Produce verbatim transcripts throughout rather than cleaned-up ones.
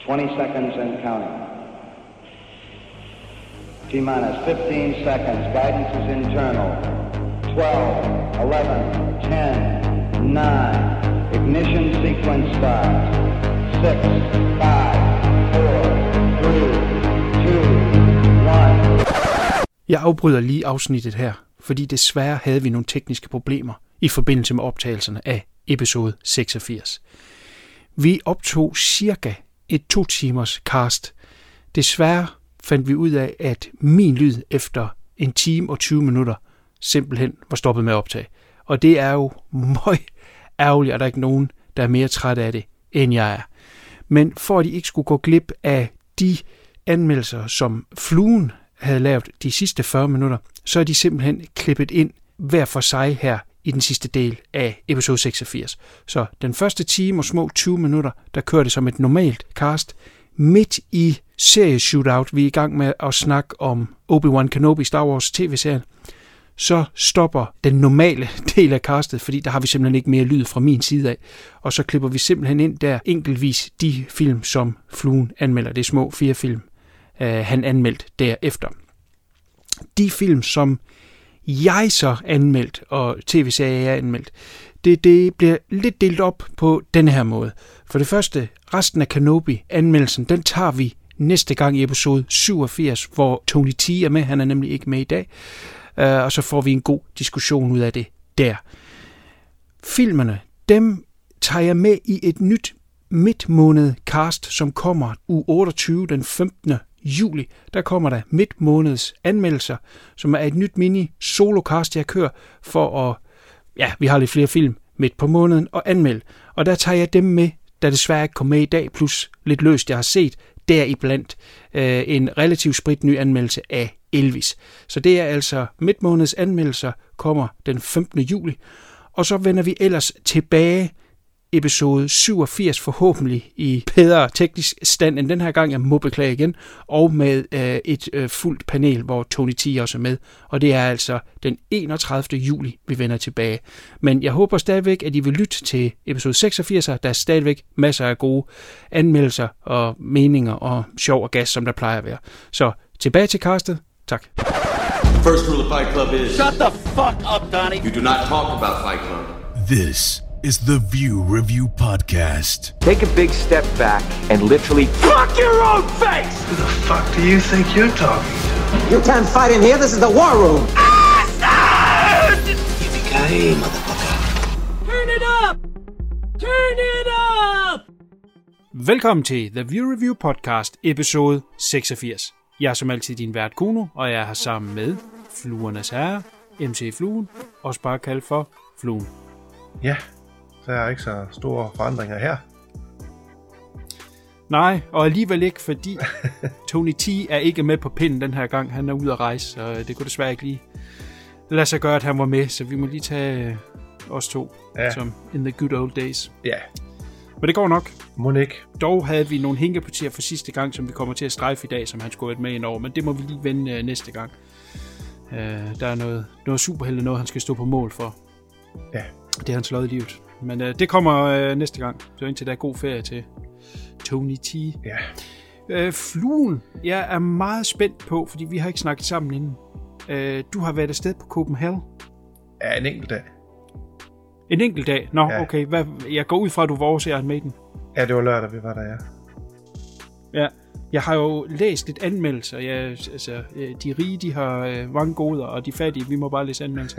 twenty seconds and counting. T-minus fifteen seconds. Guidance is internal. twelve, eleven, ten, nine. Ignition sequence starts. six, five, four, three, two, one. Jeg afbryder lige afsnittet her, fordi desværre havde vi nogle tekniske problemer i forbindelse med optagelserne af episode seksogfirs. Vi optog cirka et to timers cast. Desværre fandt vi ud af, at min lyd efter en time og tyve minutter simpelthen var stoppet med at optage. Og det er jo møg ærgerligt, at der ikke er nogen, der er mere træt af det, end jeg er. Men for at I ikke skulle gå glip af de anmeldelser, som Fluen havde lavet de sidste fyrre minutter, så er de simpelthen klippet ind hver for sig her i den sidste del af episode seksogfirs. Så den første time og små tyve minutter, der kører det som et normalt cast. Midt i serie-shootout, vi er i gang med at snakke om Obi-Wan Kenobi, Star Wars tv-serien, så stopper den normale del af castet, fordi der har vi simpelthen ikke mere lyd fra min side af. Og så klipper vi simpelthen ind der enkeltvis de film, som Fluen anmelder. Det er små fire film, uh, han anmeldt derefter. De film, som jeg så anmeldt, og tv-serier jeg anmeldt, det, det bliver lidt delt op på denne her måde. For det første, resten af Kenobi-anmeldelsen, den tager vi næste gang i episode syvogfirs, hvor Tony T er med. Han er nemlig ikke med i dag. Uh, og så får vi en god diskussion ud af det der. Filmene, dem tager jeg med i et nyt midtmåned cast, som kommer uge otteogtyve den femtende juli. Der kommer der midtmåneds anmeldelser, som er et nyt mini solocast, jeg kører for at, ja, vi har lidt flere film midt på måneden at anmelde. Og der tager jeg dem med, der desværre ikke kom med i dag, plus lidt løst, jeg har set, deriblandt øh, en relativt spritny anmeldelse af Elvis. Så det er altså midtmåneds anmeldelser, kommer den femtende juli. Og så vender vi ellers tilbage episode syvogfirs, forhåbentlig i bedre teknisk stand end den her gang. Jeg må beklage igen. Og med øh, et øh, fuldt panel, hvor Tony T også er med. Og det er altså den enogtredivte juli, vi vender tilbage. Men jeg håber stadigvæk, at I vil lytte til episode seksogfirs. Der er stadigvæk masser af gode anmeldelser og meninger og sjov og gas, som der plejer at være. Så tilbage til castet. Tak. First rule of Fight Club is... Shut the fuck up, Donnie! You do not talk about Fight Club. This is the View Review Podcast. Take a big step back and literally fuck your own face! Who the fuck do you think you're talking to? You can't fight in here. This is the war room. Yippee-ki-yay, motherfucker. Turn it up! Turn it up! Velkommen til The View Review Podcast, episode seksogfirs. Jeg er som altid din vært Kuno, og jeg er her sammen med Fluernes Herre, M C Fluen, også bare kaldt for Fluen. Ja, så er ikke så store forandringer her. Nej, og alligevel ikke, fordi Tony T er ikke med på pinden den her gang. Han er ude at rejse, så det kunne desværre ikke lige lade sig gøre, at han var med. Så vi må lige tage os to, ja. Som in the good old days. Ja. Men det går nok. Må ikke. Dog havde vi nogle hængepartier for sidste gang, som vi kommer til at strejfe i dag, som han skulle have med ind over. Men det må vi lige vende uh, næste gang. Uh, der er noget, noget superhelte, noget han skal stå på mål for. Ja. Det er hans lod i livet. Men uh, det kommer uh, næste gang. Så indtil der er god ferie til Tony T. Ja. Uh, Fluen, jeg er meget spændt på, fordi vi har ikke snakket sammen inden. Uh, du har været afsted på Copenhagen. Ja, en enkelt dag. En enkelt dag? Nå, ja. Okay. Hvad, jeg går ud fra, at du var over Iron Maiden. Ja, det var lørdag, vi var der, ja. Ja, jeg har jo læst lidt anmeldelser. Jeg, altså, de rige, de har øh, mange goder, og de fattige, vi må bare læse anmeldelser.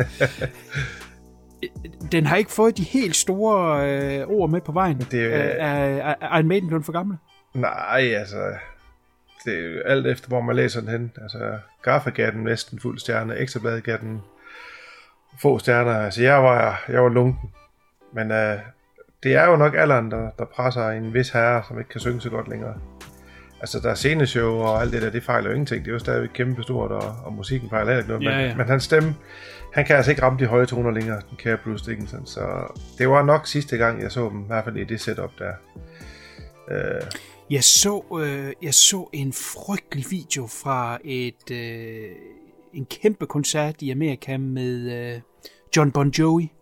Den har ikke fået de helt store øh, ord med på vejen. Det, øh, er, er Iron Maiden blevet for gammel? Nej, altså... Det er jo alt efter, hvor man læser den hen. Altså, Gaffa gav den næsten fuld stjerne. Ekstrabladet gav den få stjerner. Altså, jeg var, jeg var lunken. Men øh, det er jo nok alderen, der, der presser en vis herre, som ikke kan synge så godt længere. Altså, der er sceneshow og alt det der, det fejler jo ingenting. Det er jo stadigvæk kæmpe stort, og, og musikken fejler ikke noget. Ja, ja. Men, men hans stemme, han kan altså ikke ramme de høje toner længere, den kære Bruce Dickinson. Så det var nok sidste gang, jeg så dem, i hvert fald i det setup der. Øh. Jeg så, øh, jeg så en frygtelig video fra et øh, en kæmpe koncert i Amerika med øh, John Bon Jovi.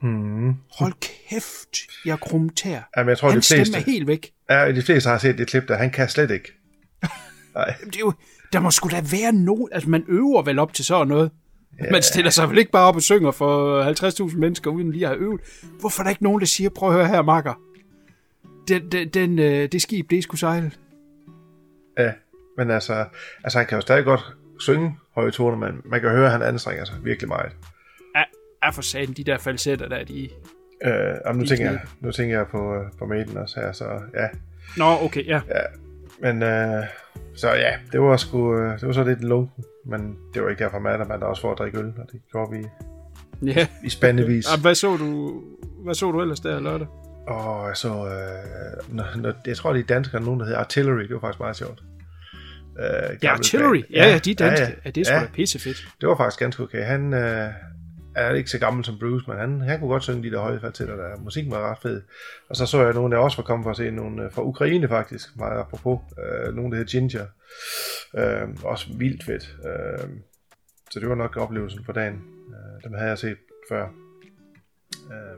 Mm. Hold kæft, jeg krumtær. Jamen, jeg tror, Hans de fleste, stemme er helt væk. Ja, de fleste har set det klip, der han kan slet ikke. Nej. Det er jo, der må sgu da være nogen... Altså, man øver vel op til sådan noget. Yeah. Man stiller sig vel ikke bare op og synger for halvtreds tusind mennesker, uden lige at have øvet. Hvorfor er der ikke nogen, der siger, prøv at høre her, makker. Den, den, den, det skib, det er sgu sejlet. Ja, men altså, altså, han kan jo stadig godt synge høje toner, men man kan høre, at han anstrenger sig virkelig meget. Ja, ja for satan, de der falsetter der, de... Øh, jamen, nu, tænker jeg, nu tænker jeg på, på Maiden også her, så ja. Nå, okay, ja. Ja, men øh, så ja, det var sgu, det var så lidt lunken, men det var ikke derfor mad, at man der også får at drikke øl, og det gjorde vi ja. i spændevis. Ja, hvad så du, hvad så du ellers der lørdag? Og jeg så, øh, når, når, jeg tror, det er danskere, nogen der hedder Artillery, det var faktisk meget sjovt. Øh, ja, Artillery, ja, ja, de er danske, ja, ja. Ja, det er sgu ja. Da pissefedt. Det var faktisk ganske okay, han... Øh, er ikke så gammel som Bruce, men han, han kunne godt synge de der høje falsetter, der musikken var ret fed. Og så så jeg nogen, der også var kommet for at se nogle fra Ukraine faktisk, meget apropos. Øh, nogen, der hedder Ginger. Øh, også vildt fedt. Øh, så det var nok oplevelsen for dagen. Øh, dem havde jeg set før. Øh,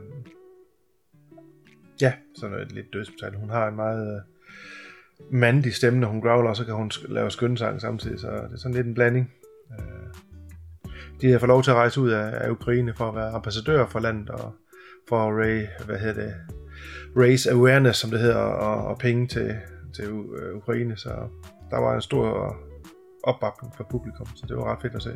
ja, sådan noget lidt dødsmetal. Hun har en meget øh, mandig stemme, når hun growler, og så kan hun lave skønsang samtidig, så det er sådan lidt en blanding. Øh, De har fået lov til at rejse ud af, af Ukraine for at være ambassadør for landet og for at raise, hvad hedder det, raise awareness, som det hedder, og, og penge til, til uh, Ukraine. Så der var en stor opbakning fra publikum, så det var ret fedt at se.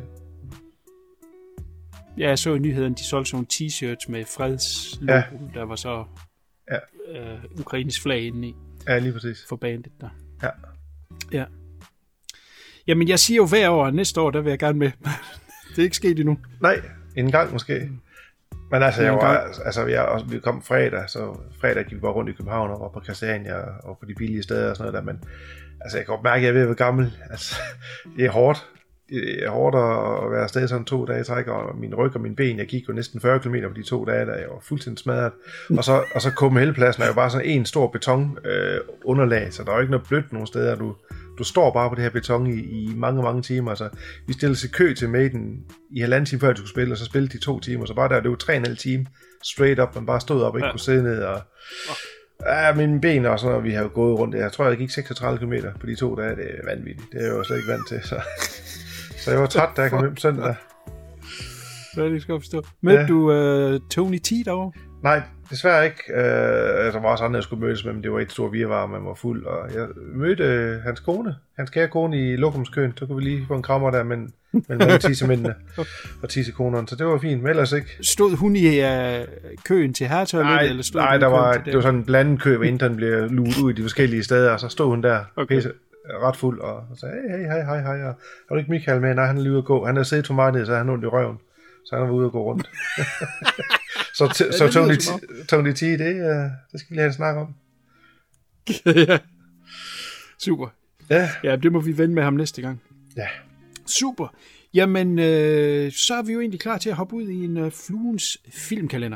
Ja, jeg så i nyheden, de solgte sådan t-shirts med fredslogo, ja. Der var så ja. øh, Ukraines flag inde i. Ja, lige præcis. For bandet der. Ja. Ja. Jamen, jeg siger jo hver år, at næste år, der vil jeg gerne med. Det er ikke sket endnu. Nej, en gang måske. Men altså, jeg var, altså jeg, også, vi kom fredag, så fredag gik vi bare rundt i København og var på Christiania og på de billige steder og sådan noget der, men altså, jeg kan godt mærke, at jeg er ved at være gammel. Altså, det er hårdt. Det er hårdt at være afsted sådan to dage i træk, og min ryg og min ben, jeg gik jo næsten fyrre kilometer på de to dage, der jeg var fuldstændig smadret. Og så, og så Copenhagen-pladsen er jo bare sådan en stor beton øh, underlag, så der er jo ikke noget blødt nogen steder. Du, du står bare på det her beton i, i mange, mange timer. Så vi stillede sig kø til Maiden i halvanden time før du skulle spille, og så spillede de to timer. Så bare der, det var tre og en halv time straight up, man bare stod op og ikke ja. Kunne sidde ned. Og, ja, mine ben og sådan noget, vi har jo gået rundt. Jeg tror, jeg gik seksogtredive kilometer på de to dage. Det er vanvittigt. Det er jeg jo slet ikke vant til, så... Så jeg var træt, da jeg kom hjem søndag. Hvad er det, skal jeg forstå? Mødte ja. du uh, Tony T derovre? Nej, desværre ikke. Uh, der var også andre, jeg skulle mødes med, men det var et stort virvar, man var fuld. Og jeg mødte uh, hans kone, hans kære kone i lokumskøen. Så kunne vi lige få en krammer der mellem alle tissemændene og tissekonerne. Så det var fint, men ellers ikke. Stod hun i uh, køen til herretoilet? Nej, eller stod nej der var, det var sådan en blandet kø, hvor intern blev luet ud i de forskellige steder. Og så stod hun der, okay. Pisse, ret fuld, og sagde, hey, hey, hej, hej, hej. Har du ikke Michael med? Nej, han er lige ude at gå. Han er siddet for mig ned, så han ondt i røven. Så han var ude at gå rundt. så t- så Tony, t- Tony T, det, uh, det skal vi lige have en snak om. Ja. Super. Ja. Ja, det må vi vende med ham næste gang. Ja. Super. Jamen, øh, så er vi jo egentlig klar til at hoppe ud i en uh, Fluens filmkalender.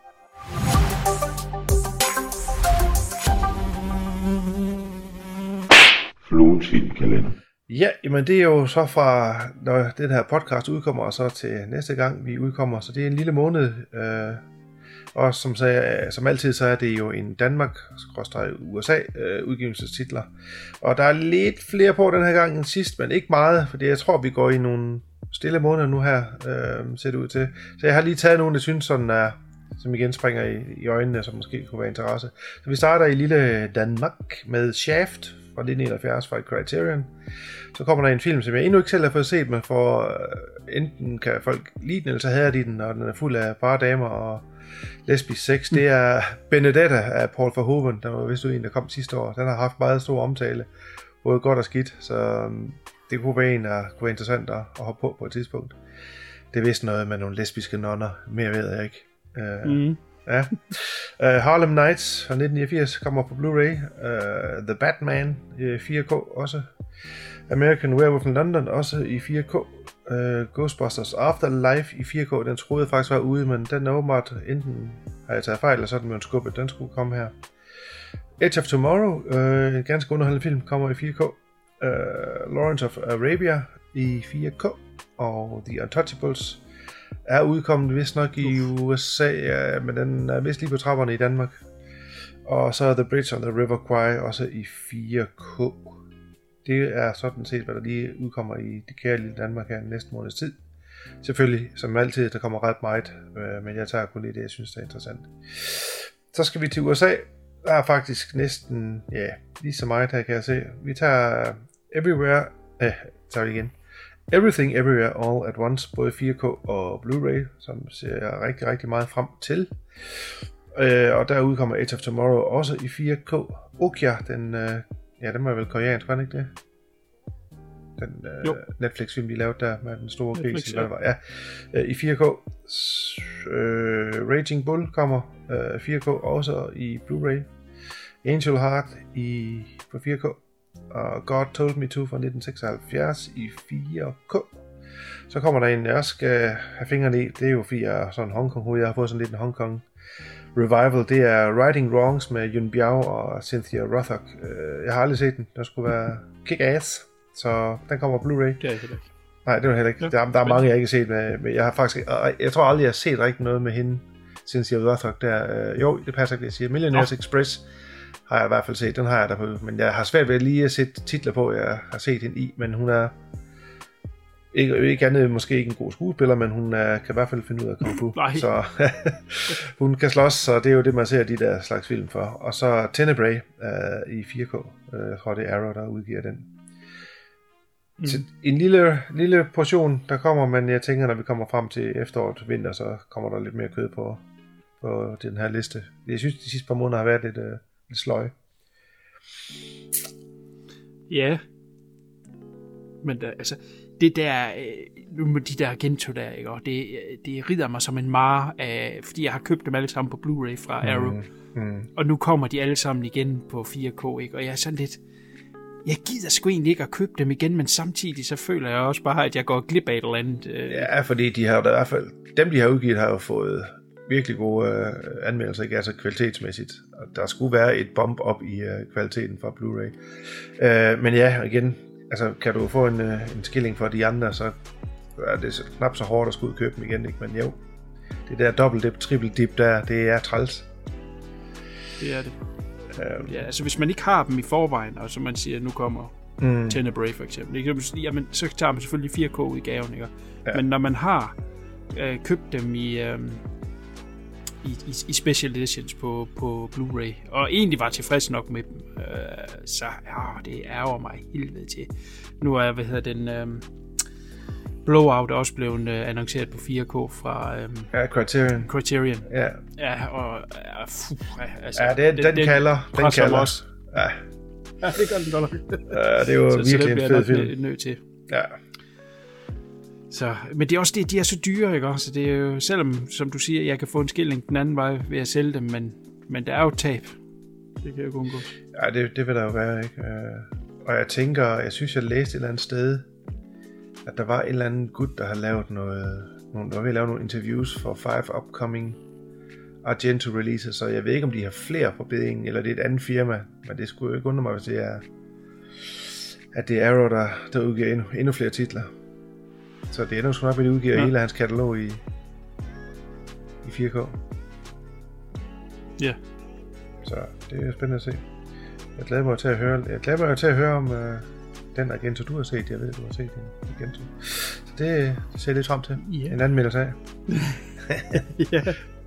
Fluens filmkalender. Ja, men det er jo så fra, når den her podcast udkommer, og så til næste gang vi udkommer, så det er en lille måned. Øh, og som, sagde, som altid, så er det jo en Danmark-U S A øh, udgivelsestitler. Og der er lidt flere på den her gang end sidst, men ikke meget, fordi jeg tror, vi går i nogle stille måneder nu her, øh, ser det ud til. Så jeg har lige taget nogle, der synes sådan er, som igen springer i, i øjnene, som måske kunne være interesse. Så vi starter i lille Danmark med Shaft fra nitten enoghalvfjerds fra Criterion. Så kommer der en film, som jeg endnu ikke selv har fået set, men for uh, enten kan folk lide den, eller så hader de den, og den er fuld af bare damer og lesbisk sex. Det er Benedetta af Paul Verhoeven, der var vist en, der kom sidste år. Den har haft meget stor omtale, både godt og skidt, så um, det kunne være en, der kunne være interessant at, at hoppe på på et tidspunkt. Det er vist noget med nogle lesbiske nonner, mere ved jeg ikke. Uh, mm. Ja. uh, Harlem Nights fra nitten niogfirs kommer på Blu-ray. uh, The Batman i fire K også. American Werewolf in London også i fire K. uh, Ghostbusters Afterlife i fire K. Den troede jeg faktisk var ude, men den er åbenbart enten har jeg taget fejl, eller så er den jo en skubbe. Den skulle komme her. Edge of Tomorrow, uh, en ganske underholdende film, kommer i fire K. uh, Lawrence of Arabia i fire K. Og The Untouchables er udkommet vist nok i U S A, ja, men den er vist lige på trapperne i Danmark. Og så er The Bridge on the River Kwai også i fire K. Det er sådan set, hvad der lige udkommer i det kære lille Danmark her næste måneds tid. Selvfølgelig, som altid, der kommer ret meget, øh, men jeg tager kun lige det, jeg synes, der er interessant. Så skal vi til U S A. Der er faktisk næsten, ja, lige så meget her, kan jeg se. Vi tager Everywhere, øh, tager vi igen. Everything Everywhere All at Once, både fire K og Blu-ray, som ser jeg rigtig, rigtig meget frem til. Øh, og der udkommer Edge of Tomorrow også i fire K. Okja, den, øh, ja, den var vel koreansk, var den ikke det? Den øh, Netflix-film, de lavede der med den store gris, hvad det var. Ja, øh, i fire K. Øh, Raging Bull kommer øh, fire K også i Blu-ray. Angel Heart i, på fire K. Og God Told Me To fra nitten seksoghalvfjerds i fire K. Så kommer der en, jeg også skal have fingrene i. Det er jo fordi jeg er sådan Hongkong-hoved. Jeg har fået sådan lidt en Hongkong revival. Det er Righting Wrongs med Yun Biao og Cynthia Rothrock. Jeg har aldrig set den. Der skulle være Kick-Ass. Så den kommer på Blu-ray. Det er ikke. Nej, det var heller ikke. Ja, der, der er mange, jeg ikke har set med. Men jeg har faktisk, jeg tror aldrig, jeg har set rigtig noget med hende, Cynthia Rothrock der. Jo, det passer ikke, det jeg siger. Millionaires oh. Express har jeg i hvert fald set. Den har jeg der på. Men jeg har svært ved lige at sætte titler på, jeg har set hende i. Men hun er ikke, ikke andet, måske ikke en god skuespiller, men hun er, kan i hvert fald finde ud af kung fu. Så hun kan slås, så det er jo det, man ser de der slags film for. Og så Tenebrae uh, i fire K. Uh, jeg tror, det er Arrow, der udgiver den. Mm. En lille, lille portion, der kommer, men jeg tænker, når vi kommer frem til efteråret, vinter, så kommer der lidt mere kød på, på den her liste. Jeg synes, de sidste par måneder har været lidt, uh, lidt sløje. Ja. Men der, altså, det der, øh, de der Gento der, ikke? Og det, det rider mig som en mare, af, fordi jeg har købt dem alle sammen på Blu-ray fra Arrow. Mm. Mm. Og nu kommer de alle sammen igen på fire K, ikke? Og jeg er sådan lidt, jeg gider sgu egentlig ikke at købe dem igen, men samtidig så føler jeg også bare, at jeg går glip af et eller andet. Øh. Ja, fordi de har i hvert fald, dem de har udgivet, har jo fået virkelig gode øh, anmeldelser, ikke? Altså kvalitetsmæssigt. Og der skulle være et bump op i øh, kvaliteten fra Blu-ray. Øh, men ja, igen, altså kan du få en, øh, en skilling for de andre, så er det så, knap så hårdt at skulle købe dem igen, ikke? Men jo, det der dobbelt-dip, triple-dip der, det er træls. Det er det. Um, ja, altså hvis man ikke har dem i forvejen, og som man siger, nu kommer mm. Tenebrae for eksempel, ikke? Jamen, så tager man selvfølgelig fire K i gaven, ikke? Ja. Men når man har øh, købt dem i, øh, i, i, i special editions på, på Blu-ray, og egentlig var tilfreds nok med dem, øh, så ja, det ærger mig helvede til. Nu er, hvad hedder den, øh, Blowout er også blevet øh, annonceret på fire K fra øh, ja, Criterion. Criterion. Ja. Ja, og ja, fuh, altså, ja, det, den, den kalder. Den kalder. Også. Ja. Ja, det gør den godt nok. Ja, det er jo så, virkelig så en fed film. Så nødt til. Ja. Så, men det er også det, de er så dyre, ikke også? Det er jo, selvom, som du siger, jeg kan få en skilling den anden vej ved at sælge dem, men, men der er jo tab. Det kan jo undgå. Ja, det, det vil der jo være, ikke? Og jeg tænker, jeg synes, jeg læste et eller andet sted, at der var en eller anden gut, der har lavet noget, nogle, der var ved at lave nogle interviews for five upcoming Argento releases, så jeg ved ikke, om de har flere på bedingen, eller det er et andet firma, men det skulle jo ikke undre mig, hvis det er, at det er Arrow, der, der udgiver endnu, endnu flere titler. Så det ender sgu nok, at de udgiver ja. hele hans katalog i, i fire K. Ja. Så det er spændende at se. Jeg glæder mig til at høre, jeg glæder mig til at høre om uh, den Argento, du har set. Jeg ved, du har set den Argento. Så det, det ser jeg lidt frem til. Yeah. En anden meldelse af. Ja.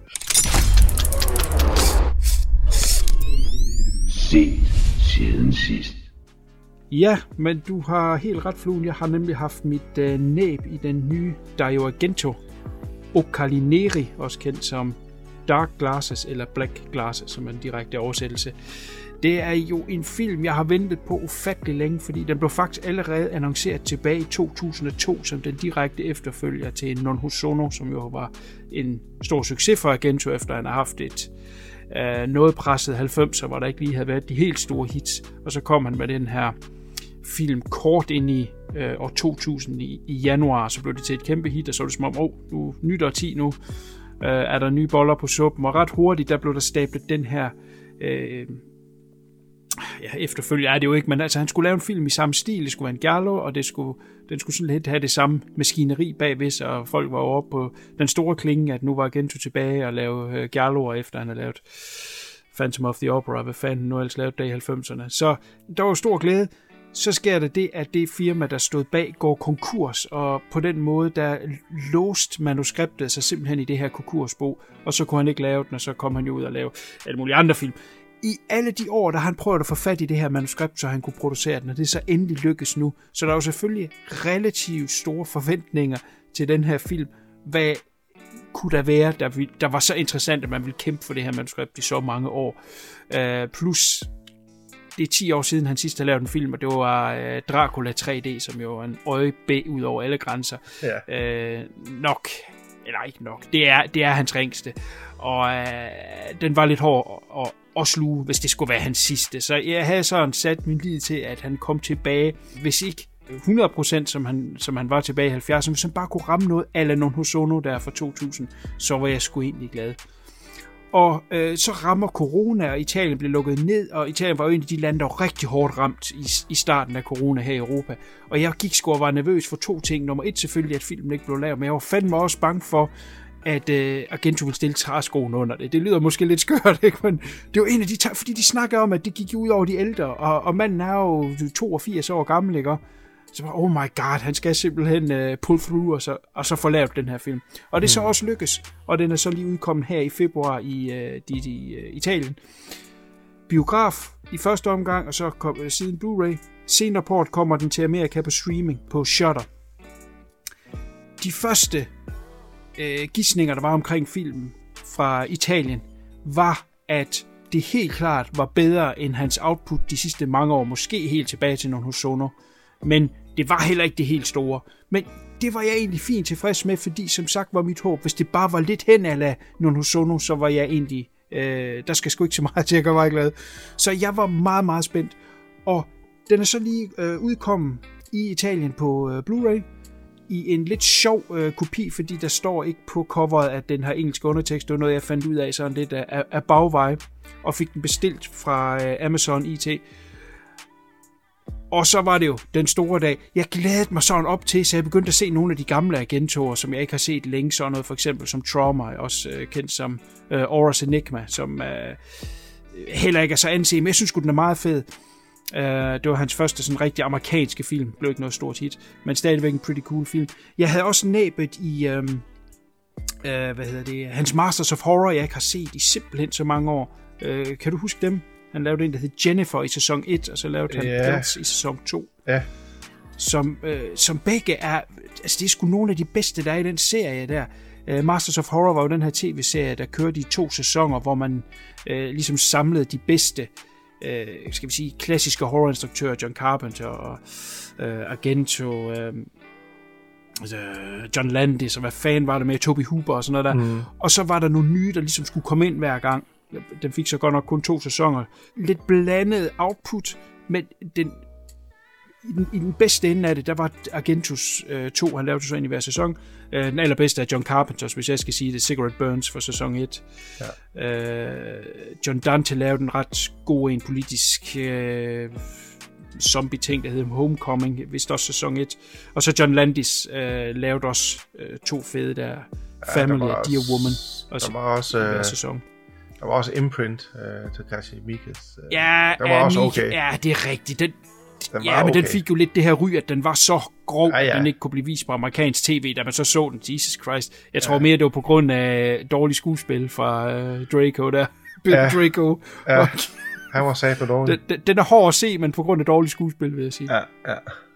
Set siden sidst. Ja, men du har helt ret, Fluen. Jeg har nemlig haft mit øh, næb i den nye Dario Argento Occalineri, også kendt som Dark Glasses eller Black Glasses, som er en direkte oversættelse. Det er jo en film, jeg har ventet på ufattelig længe, fordi den blev faktisk allerede annonceret tilbage i to tusind og to som den direkte efterfølger til Non Hosono, som jo var en stor succes for Argento, efter han har haft et øh, noget presset halvfemser, hvor der ikke lige havde været de helt store hits. Og så kom han med den her film kort ind i øh, år to tusind i, i januar, så blev det til et kæmpe hit, og så var det som om, åh, oh, nu nyt årti nu, øh, er der nye boller på suppen, og ret hurtigt, der blev der stablet den her øh, ja, efterfølger er det jo ikke, men altså han skulle lave en film i samme stil, det skulle være en giallo, og det skulle, den skulle sådan lidt have det samme maskineri bagved sig, og folk var oppe på den store klinge, at nu var Argento tilbage og lave uh, gialloer, efter han havde lavet Phantom of the Opera, hvad fanden nu ellers lavet det i halvfemserne. Så der var stor glæde. Så sker der det, at det firma, der stod bag, går konkurs, og på den måde, der låste manuskriptet sig simpelthen i det her konkursbo, og så kunne han ikke lave den, og så kom han jo ud og lave alle mulige andre film. I alle de år, der har han prøvet at få fat i det her manuskript, så han kunne producere den, og det er så endelig lykkes nu. Så der er jo selvfølgelig relativt store forventninger til den her film. Hvad kunne der være, der, vil, der var så interessant, at man ville kæmpe for det her manuskript i så mange år. Uh, plus, det er ti år siden, han sidst har lavet en film, og det var uh, Dracula tre D, som jo er en øjebæ ud over alle grænser. Ja. Uh, nok, eller ikke nok, det er, det er hans ringste. Og uh, den var lidt hård at, at sluge, hvis det skulle være hans sidste. Så jeg havde sådan sat min lid til, at han kom tilbage, hvis ikke hundrede procent, som han, som han var tilbage i halvfjerdserne, hvis han bare kunne ramme noget a la Non Hosono der fra to tusind, så var jeg sgu egentlig glad. Og øh, så rammer corona, og Italien blev lukket ned, og Italien var jo en af de lande, der var rigtig hårdt ramt i, i starten af corona her i Europa. Og jeg gik sgu og var nervøs for to ting. Nummer et selvfølgelig, at filmen ikke blev lavet, men jeg var fandme også bange for, at øh, Argento ville stille træskoen under det. Det lyder måske lidt skørt, ikke? Men det var en af de t- fordi de snakker om, at det gik ud over de ældre, og, og manden er jo toogfirs år gammel, ikke? Så var, oh my god, han skal simpelthen uh, pull through, og så, og så få lavet den her film. Og det er så også lykkes, og den er så lige udkommet her i februar i, uh, de, de, uh, Italien. Biograf i første omgang, og så kom, uh, siden Blu-ray. Senere på året kommer den til Amerika på streaming på Shudder. De første uh, gidsninger, der var omkring filmen fra Italien, var, at det helt klart var bedre end hans output de sidste mange år, måske helt tilbage til Non Hosono. Men det var heller ikke det helt store. Men det var jeg egentlig fint tilfreds med, fordi som sagt var mit håb, hvis det bare var lidt hen ala Non Hosono, så var jeg egentlig, øh, der skal sgu ikke så meget til at gøre mig glad. Så jeg var meget, meget spændt. Og den er så lige øh, udkommet i Italien på øh, Blu-ray, i en lidt sjov øh, kopi, fordi der står ikke på coveret, at den har engelsk undertekst. Det var noget, jeg fandt ud af sådan lidt af, af bagvej, og fik den bestilt fra øh, Amazon I T. Og så var det jo den store dag. Jeg glædede mig sådan op til, så jeg begyndte at se nogle af de gamle Argentoer, som jeg ikke har set længe. Sådan noget for eksempel som Trauma, også øh, kendt som øh, Auras Enigma, som øh, heller ikke er så anset, men jeg synes sgu, den er meget fed. Uh, det var hans første sådan rigtig amerikanske film. Blev ikke noget stort hit, men stadigvæk en pretty cool film. Jeg havde også næbet i um, uh, hvad hedder det, hans Masters of Horror, jeg ikke har set i simpelthen så mange år. Uh, kan du huske dem? Han lavede en, der hed Jennifer i sæson et, og så lavede han yeah. Pelts i sæson to. Ja. Yeah. Som, uh, som begge er, altså det er sgu nogle af de bedste, der er i den serie der. Uh, Masters of Horror var jo den her tv-serie, der kørte i to sæsoner, hvor man uh, ligesom samlede de bedste Øh, skal vi sige, klassiske horrorinstruktører, John Carpenter og øh, Argento, øh, altså John Landis, og hvad fanden var det med, Tobe Hooper og sådan noget der. Mm. Og så var der nogle nye, der ligesom skulle komme ind hver gang. Den fik så godt nok kun to sæsoner. Lidt blandet output, men den, i, den, i den bedste ende af det, der var Argentos øh, to, han lavede så ind i hver sæson. Øh, den allerbedste er John Carpenters, hvis jeg skal sige det, Cigarette Burns for sæson et. Ja. Øh, John Dante lavede en ret god en politisk øh, zombie-ting, der hedder Homecoming, vist også sæson et. Og så John Landis øh, lavede også øh, to fede der, Family og Dear Woman, også, der var også, hver øh, sæson. Der var også Imprint, uh, Takashi Miikes. Uh, ja, der var ja, også Mika, okay. Ja, det er rigtigt. Den, den ja, men okay. den fik jo lidt det her ry, at den var så grov, ja, ja. at den ikke kunne blive vist på amerikansk tv, da man så så den. Jesus Christ. Jeg tror ja. mere, det var på grund af dårlig skuespil fra uh, Draco der. Bill ja. Draco. Ja. Han var sat på dårlig. Den, den er hård at se, men på grund af dårlig skuespil, vil jeg sige. Ja, ja.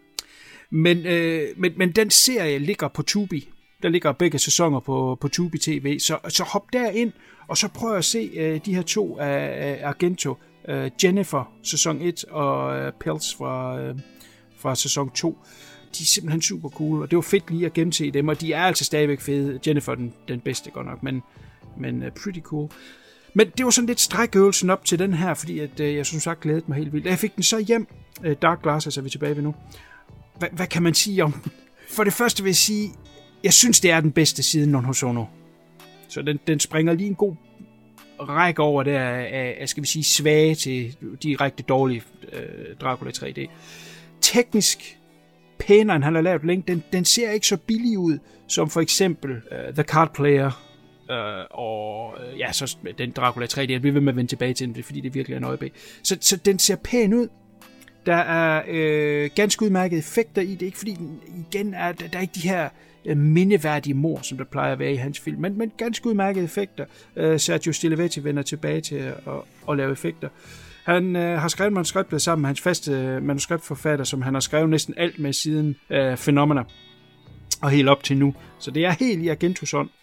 Men, øh, men, men den serie ligger på Tubi. Der ligger begge sæsoner på, på Tubi T V. Så, så hop derind, og så prøv at se øh, de her to af øh, Argento. Øh, Jennifer, sæson et, og øh, Pelts fra, øh, fra sæson to. De er simpelthen super cool, og det var fedt lige at gense dem, og de er altså stadigvæk fede. Jennifer den, den bedste godt nok, men, men uh, pretty cool. Men det var sådan lidt strækøvelsen op til den her, fordi at, øh, jeg som sagt glædede mig helt vildt. Jeg fik den så hjem. Øh, Dark Glasses er vi tilbage ved nu. Hva, hvad kan man sige om den? For det første vil jeg sige, jeg synes, det er den bedste siden Non Hosono. Så den, den springer lige en god række over der af, af, skal vi sige, svage til direkte dårlige øh, Dracula tre D. Teknisk pænere, end han har lavet længe. Den, den ser ikke så billig ud, som for eksempel uh, The Card Player, uh, og uh, ja, så den Dracula tre D. Jeg bliver ved med at vende tilbage til den, fordi det virkelig er en øjeblik. Så, så den ser pæn ud. Der er øh, ganske udmærkede effekter i det. Ikke fordi den, igen er der, der er ikke de her øh, mindeværdige mord, som der plejer at være i hans film, men, men ganske udmærkede effekter. Øh, Sergio Stilevetti vender tilbage til at, at, at lave effekter. Han øh, har skrevet manuskriptet sammen med hans faste manuskriptforfatter, som han har skrevet næsten alt med siden øh, Phenomena og helt op til nu. Så det er helt i Argentos ånd.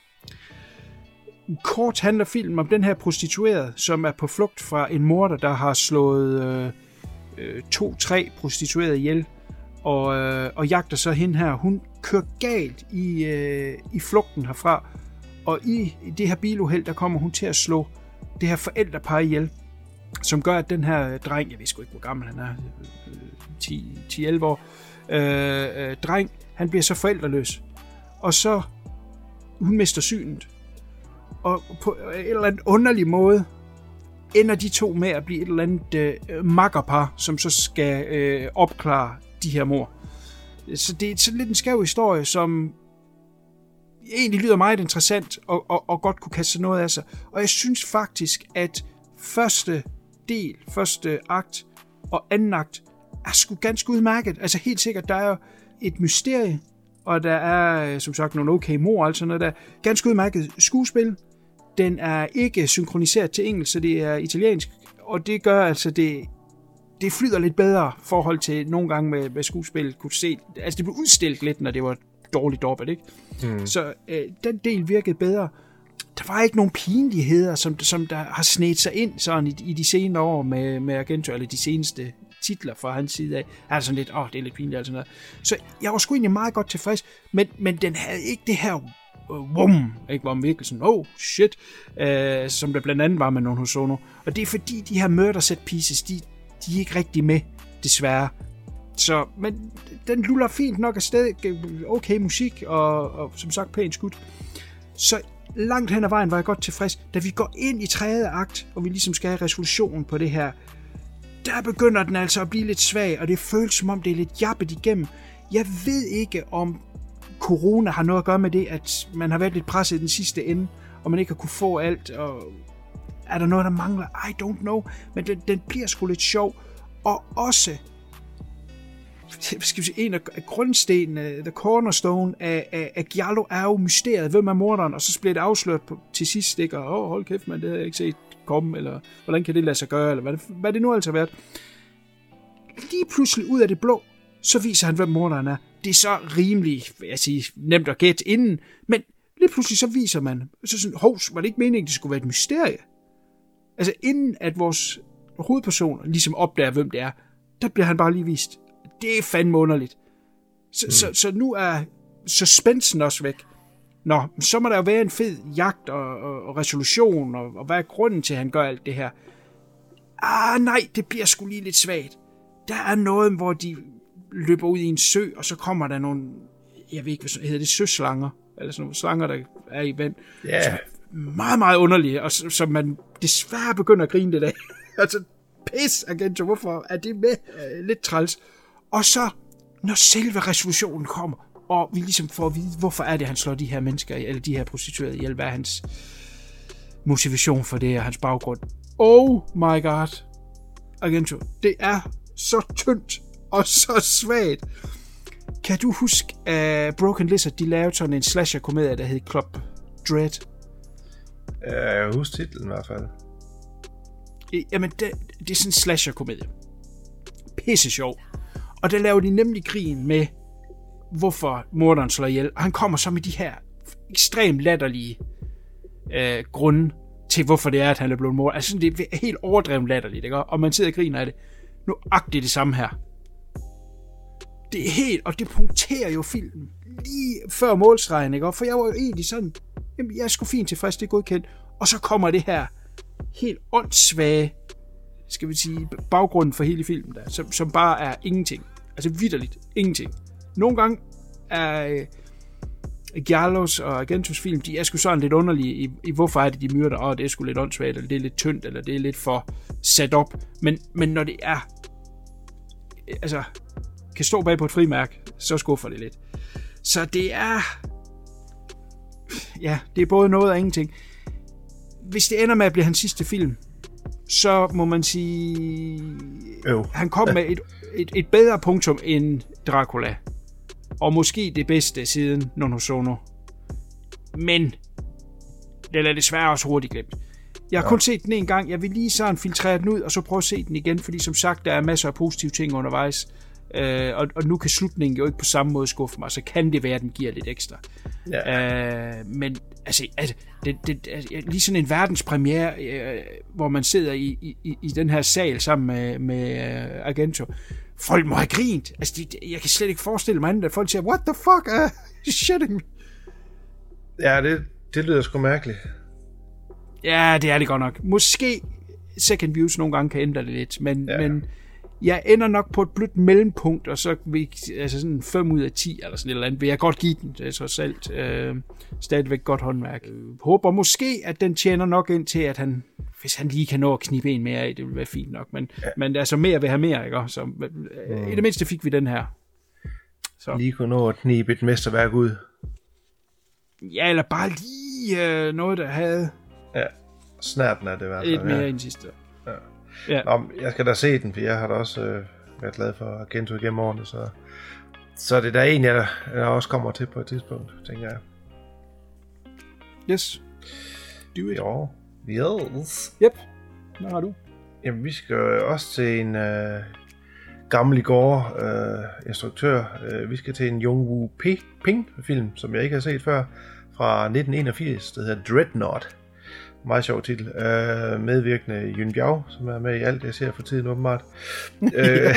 Kort handler filmen om den her prostituerede, som er på flugt fra en morder, der har slået øh, øh, to-tre prostituerede ihjel, og, øh, og jagter så hende her. Hun kører galt i, øh, i flugten herfra, og i det her biluheld, der kommer hun til at slå det her forældrepar ihjel, som gør, at den her dreng, jeg ved sgu ikke, hvor gammel han er, ti til elleve år, øh, øh, dreng, han bliver så forældreløs. Og så, hun mister synet. Og på en eller anden underlig måde, ender de to med at blive et eller andet øh, makkerpar, som så skal øh, opklare de her mord. Så det er sådan lidt en skæv historie, som egentlig lyder meget interessant, og, og, og godt kunne kaste noget af sig. Og jeg synes faktisk, at første del, første akt og anden akt er sgu ganske udmærket. Altså helt sikkert, der er et mysterie, og der er som sagt nogle okay mord, altså noget der. Ganske udmærket skuespil. Den er ikke synkroniseret til engelsk, så det er italiensk, og det gør altså, det, det flyder lidt bedre forhold til nogle gange med, med skuespillet kunne se. Altså det blev udstillet lidt, når det var dårligt dobbelt, ikke? Mm. Så øh, den del virkede bedre. Der var ikke nogen pinligheder, som, som der har snedt sig ind sådan i, i de senere år med, med Argento, eller de seneste titler fra hans side af. Er sådan lidt, åh, oh, det er lidt pinligt, altså noget. Så jeg var sgu egentlig meget godt tilfreds, men, men den havde ikke det her uh, wum, ikke, hvor man virkelig sådan, oh, shit, uh, som der blandt andet var med Non Hosono. Og det er fordi, de her murder set pieces, de, de er ikke rigtig med, desværre. Så, men den luller fint nok afsted, okay musik, og, og som sagt, pænt skud. Så langt hen ad vejen var jeg godt tilfreds. Da vi går ind i tredje akt, og vi ligesom skal have resolution på det her, der begynder den altså at blive lidt svag, og det føles som om det er lidt jappet igennem. Jeg ved ikke, om corona har noget at gøre med det, at man har været lidt presset i den sidste ende, og man ikke har kunne få alt, og er der noget, der mangler? I don't know, men den, den bliver sgu lidt sjov, og også skal vi sige, en af grundstenene, the cornerstone af, af, af Giallo er jo mysteriet, hvem er morderen, og så bliver det afsløret på, til sidst, ikke? Og åh, hold kæft, man, det har jeg ikke set komme, eller hvordan kan det lade sig gøre, eller hvad det, hvad det nu altså har været. Lige pludselig ud af det blå, så viser han, hvem morderen er. Det er så rimelig, vil jeg sige, nemt at gætte inden, men lige pludselig så viser man, så sådan, hovs, var det ikke meningen, det skulle være et mysterie? Altså inden at vores hovedpersoner ligesom opdager, hvem det er, der bliver han bare lige vist. Det er fandme underligt. Så, mm. så, så nu er suspensen også væk. Nå, så må der jo være en fed jagt og, og, og resolution, og, og hvad er grunden til, at han gør alt det her? Ah, nej, det bliver sgu lige lidt svagt. Der er noget, hvor de løber ud i en sø, og så kommer der nogle, jeg ved ikke, hvad hedder det, søslanger, eller sådan nogle slanger, der er i vand. Yeah. Så meget, meget underlige, og så, så man desværre begynder at grine det af. Altså, pis, Argento, hvorfor er det med? Uh, lidt træls. Og så, når selve resolutionen kommer, og vi ligesom får at vide, hvorfor er det, han slår de her mennesker, eller de her prostituerede ihjel, hvad er hans motivation for det, og hans baggrund. Oh my god, Argento, det er så tyndt, og så svagt. Kan du huske, at Broken Lizard, de lavede sådan en slasher-komedie, der hed Club Dread? Jeg husker titlen i hvert fald. Jamen, det, det er sådan en slasher-komedie. Pisse sjov. Og der laver de nemlig krigen med, hvorfor morderen slår ihjel. Og han kommer så med de her ekstremt latterlige øh, grunde til, hvorfor det er, at han er blevet mordet. Altså, det er helt overdrevet latterligt, ikke? Og man sidder og griner af det. Nu agtigt det samme her. Det er helt, og det punkterer jo filmen lige før målstregen, ikke? For jeg var jo egentlig sådan, jamen, jeg er sgu fint tilfreds, det er godkendt. Og så kommer det her helt åndssvage, skal vi sige, baggrunden for hele filmen der, som, som bare er ingenting. Altså vitterligt ingenting. Nogle gange er, Giallos og Argentos film, de er sgu sådan lidt underlige i, i hvorfor er det, de myrder, og det er sgu lidt åndssvagt, eller det er lidt tyndt, eller det er lidt for sat op. Men, men når det er, altså, kan stå bag på et frimærk, så skuffer det lidt. Så det er, ja, det er både noget og ingenting. Hvis det ender med at blive hans sidste film, så må man sige, Øv. han kom med et, et, et bedre punktum end Dracula. Og måske det bedste siden Nonosono. Men den er desværre også hurtigt glemt. Jeg har ja. kun set den en gang. Jeg vil lige sådan filtrere den ud, og så prøve at se den igen, fordi som sagt, der er masser af positive ting undervejs. Øh, og, og nu kan slutningen jo ikke på samme måde skuffe mig, så kan det være, at den giver lidt ekstra. Ja. Øh, men altså, altså det, det, altså, lige sådan en verdenspremiere, øh, hvor man sidder i, i, i den her sal sammen med, med uh, Argento. Folk må have grint. Altså, de, jeg kan slet ikke forestille mig andet, at folk siger, what the fuck, uh, you shitting me? Ja, det, det lyder sgu mærkeligt. Ja, det er det godt nok. Måske second views nogle gange kan ændre det lidt, men, ja. men jeg ender nok på et blødt mellempunkt, og så vil altså sådan fem ud af ti eller sådan et eller andet, vil jeg godt give den. Det er trods alt øh, stadigvæk godt håndværk. Jeg håber måske, at den tjener nok ind til, at han, hvis han lige kan nå at knibe en mere af, det vil være fint nok. Men, ja. men altså mere vil have mere, ikke? Så mm. i det mindste fik vi den her. Så. Lige kunne nå at knibe et mesterværk ud. Ja, eller bare lige øh, noget, der havde... Ja, snærten af det i hvert fald. Et mere ja. end sidste. Ja. Ja. Nå, jeg skal da se den, for jeg har da også øh, været glad for Argento igennem årene, så, så det er da en, jeg, der, jeg også kommer til på et tidspunkt, tænker jeg. Yes. Do it. Jo. Yes. Yep. Hvad har du? Jamen, vi skal også til en øh, gammel i går øh, instruktør. Øh, vi skal til en Yong-Woo Ping-film, som jeg ikke har set før, fra nitten enogfirs, der hedder Dreadnought. Meget sjov titel. Øh, medvirkende Yuen Biao, som er med i alt, jeg ser for tiden åbenbart. øh,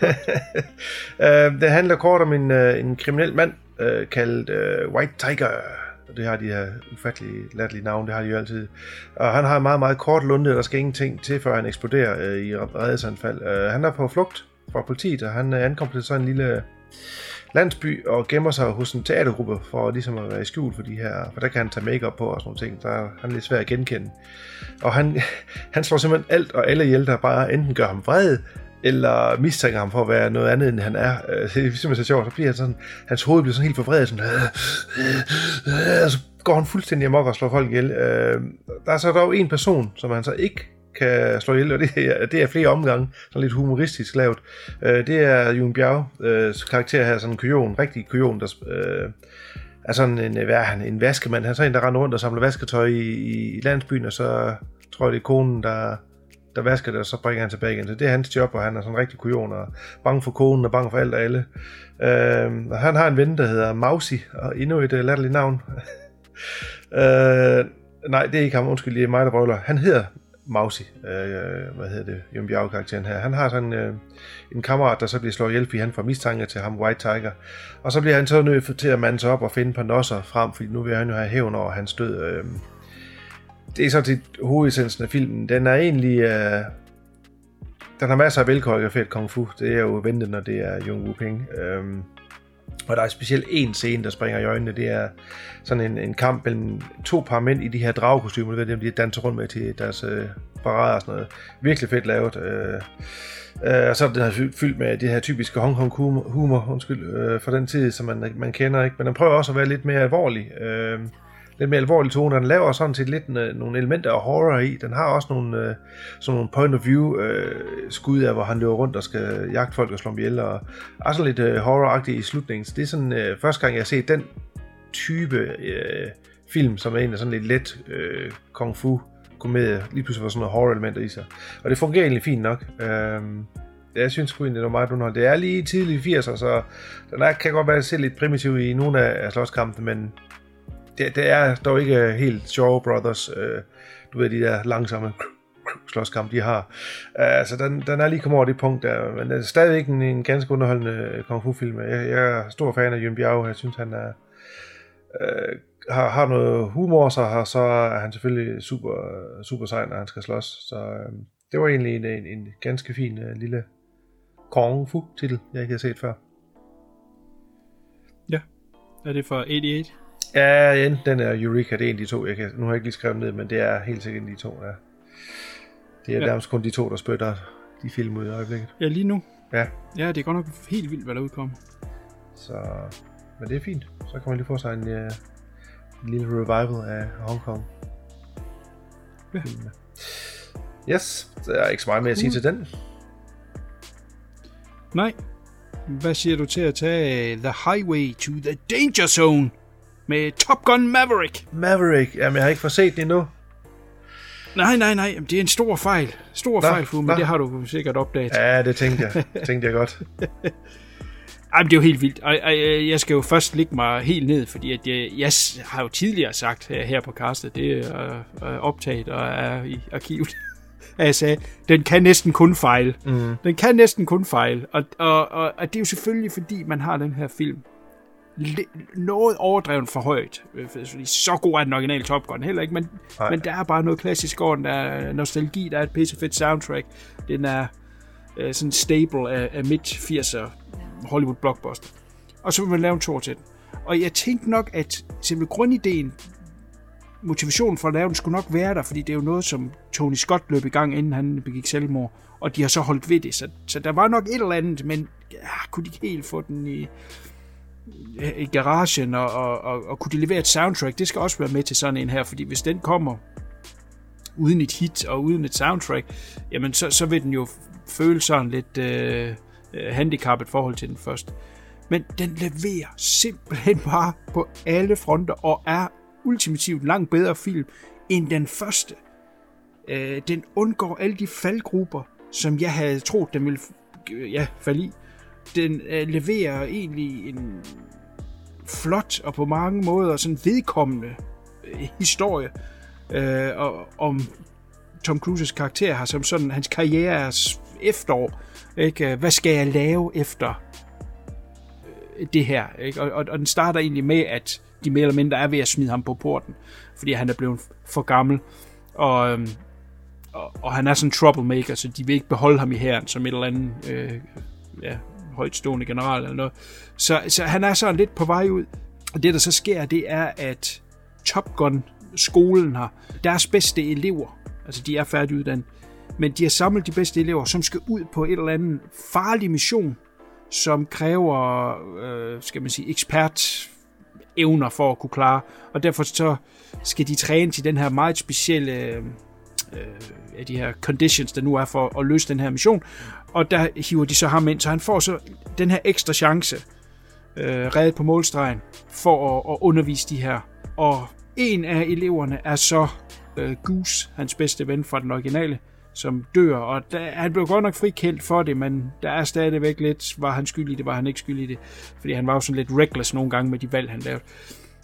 det handler kort om en, en kriminel mand, øh, kaldet øh, White Tiger. Det har de her ufattelige, latterlige navne, det har de jo altid. Og han har en meget, meget kort lunde, der skal ingenting til, før han eksploderer øh, i redelsesanfald. Øh, han er på flugt fra politiet, og han øh, ankommer til sådan en lille landsby og gemmer sig hos en teatergruppe for ligesom at være i skjul for de her, for der kan han tage make-up på og sådan nogle ting, der er han lidt svær at genkende. Og han, han slår simpelthen alt og alle ihjel, der bare enten gør ham vred, eller mistænker ham for at være noget andet, end han er. Det er simpelthen så sjovt, så bliver han sådan, hans hoved bliver sådan helt forvredet, sådan, og så går han fuldstændig amok og slår folk ihjel. Der er så dog en person, som han så ikke kan slå ihjel, og det er, det er flere omgange, sådan lidt humoristisk lavet. Øh, det er Yuen Biao øh, karakter her, sådan en kujon, rigtig kujon, der øh, er sådan en, hvad er han, en vaskemand. Han er sådan en, der render rundt og samler vasketøj i, i, i landsbyen, og så tror jeg, det er konen, der, der vasker det, og så bringer han tilbage igen. Så det er hans job, og han er sådan en rigtig kujon, og bange for konen, og bange for alt og alle. Øh, og han har en ven, der hedder Mausi, og endnu et uh, latterligt navn. øh, nej, det er ikke ham, undskyld, det er mig, der brøler. Han hedder Mausi, øh, hvad hedder det, Yuen Biao-karakteren her. Han har sådan øh, en kammerat, der så bliver slået ihjel, fordi han får mistanke til ham, White Tiger. Og så bliver han så nødt til at mande sig op og finde på nosser frem, fordi nu vil han jo have hævn over hans død. Øh. Det er så til hovedessensen af filmen. Den er egentlig... Øh, den har masser af velkoreograferet kung fu. Det er jo ventet, når det er Yong-Woo Ping. Øh. Og der er specielt en scene, der springer i øjnene. Det er sådan en, en kamp mellem to par mænd i de her dragekostymer, ved dem, de danser rundt med til deres øh, parader og sådan noget. Virkelig fedt lavet. Øh, øh, og så er den her fyldt med det her typiske Hong Kong humor, undskyld, øh, for den tid, som man, man kender. Ikke? Men den prøver også at være lidt mere alvorlig. Øh, lidt mere alvorlig tone. Den laver sådan set lidt øh, nogle elementer af horror i. Den har også nogle, øh, sådan nogle point of view øh, skud af, hvor han løber rundt og skal jagte folk og slå dem ihjel. Og er sådan lidt øh, horror-agtigt i slutningen. Så det er sådan øh, første gang, jeg har set den type øh, film, som er en af sådan lidt let øh, kung fu komedie, lige pludselig får sådan nogle horror-elementer i sig. Og det fungerer egentlig fint nok. Øh, jeg synes sgu egentlig, det var meget underholdt. Det er lige tidligt i firserne, så den er, kan godt være se lidt primitiv i nogle af slåskampene, men Det, det er dog ikke helt Shaw Brothers, øh, du ved, de der langsomme slåskamp, de har. Uh, så den, den er lige kommet over det punkt der, men det er stadigvæk en, en ganske underholdende kung fu-film. Jeg, jeg er stor fan af Yuen Biao, jeg synes, han er, øh, har, har noget humor, så, så er han selvfølgelig super, super sej, når han skal slås. Så øh, det var egentlig en, en, en ganske fin øh, lille kung fu-titel, jeg ikke har set før. Ja, er det fra otteogtyve? Ja, enten den er Eureka, det er en af de to. Jeg kan, nu har jeg ikke lige skrevet ned, men det er helt sikkert en af de to, ja. Det er ja. nærmest kun de to, der spytter de film ud i øjeblikket. Ja, lige nu. Ja. Ja, det er godt nok helt vildt, hvad der udkommer. Så, men det er fint. Så kan man lige få sig en, uh, en lille revival af Hong Kong. Ja. Filmene. Yes, der er ikke så meget mere at sige uh. til den. Nej. Hvad siger du til at tage The Highway to the Danger Zone med Top Gun Maverick? Maverick? Jamen, jeg har ikke fået set den endnu. Nej, nej, nej. Det er en stor fejl. Stor nå, fejl, Fu, men nå. Det har du sikkert opdaget. Ja, det tænkte jeg. Det tænkte jeg godt. Ej, men det er jo helt vildt. Og jeg skal jo først lægge mig helt ned, fordi at jeg, jeg har jo tidligere sagt her på castet, det er optaget og er i arkivet. Jeg sagde, den kan næsten kun fejle. Mm. Den kan næsten kun fejle. Og, og, og, og det er jo selvfølgelig, fordi man har den her film noget overdrevet for højt. Fordi så god er den originale Top Gun heller ikke, men, men der er bare noget klassisk over den. Der er nostalgi, der er et pissefedt soundtrack. Den er øh, sådan stable af, af midt-firser Hollywood blockbuster. Og så vil man lave en tor til den. Og jeg tænkte nok, at simpelthen grundideen, motivationen for at lave den skulle nok være der, fordi det er jo noget, som Tony Scott løb i gang, inden han begik selvmord, og de har så holdt ved det. Så, så der var nok et eller andet, men ja, kunne de ikke helt få den i, i garagen, og, og, og, og kunne de levere et soundtrack? Det skal også være med til sådan en her, fordi hvis den kommer uden et hit og uden et soundtrack, jamen så, så vil den jo føle sådan lidt øh, handicappet forhold til den første. Men den leverer simpelthen bare på alle fronter, og er ultimativt langt bedre film end den første. Øh, den undgår alle de faldgrupper, som jeg havde troet, den ville ja, falde i. Den øh, leverer egentlig en flot og på mange måder sådan vedkommende øh, historie øh, og, om Tom Cruises karakter her, som sådan hans karrieres efterår. Ikke? Hvad skal jeg lave efter øh, det her? Ikke? Og, og, og den starter egentlig med, at de mere eller mindre er ved at smide ham på porten, fordi han er blevet for gammel, og, øhm, og, og han er sådan en troublemaker, så de vil ikke beholde ham i hæren som et eller andet øh, ja, højtstående general eller noget. Så, så han er sådan lidt på vej ud, og det der så sker, det er, at Top Gun-skolen har deres bedste elever, altså de er færdiguddannet, men de har samlet de bedste elever, som skal ud på et eller andet farlig mission, som kræver, øh, skal man sige, ekspert evner for at kunne klare, og derfor så skal de træne til den her meget specielle øh, af de her conditions, der nu er for at løse den her mission, og der hiver de så ham ind, så han får så den her ekstra chance øh, reddet på målstregen for at, at undervise de her, og en af eleverne er så øh, Goose, hans bedste ven fra den originale, som dør, og der, han blev godt nok frikendt for det, men der er stadigvæk lidt, var han skyldig i det, var han ikke skyldig i det, fordi han var jo sådan lidt reckless nogle gange med de valg, han lavede.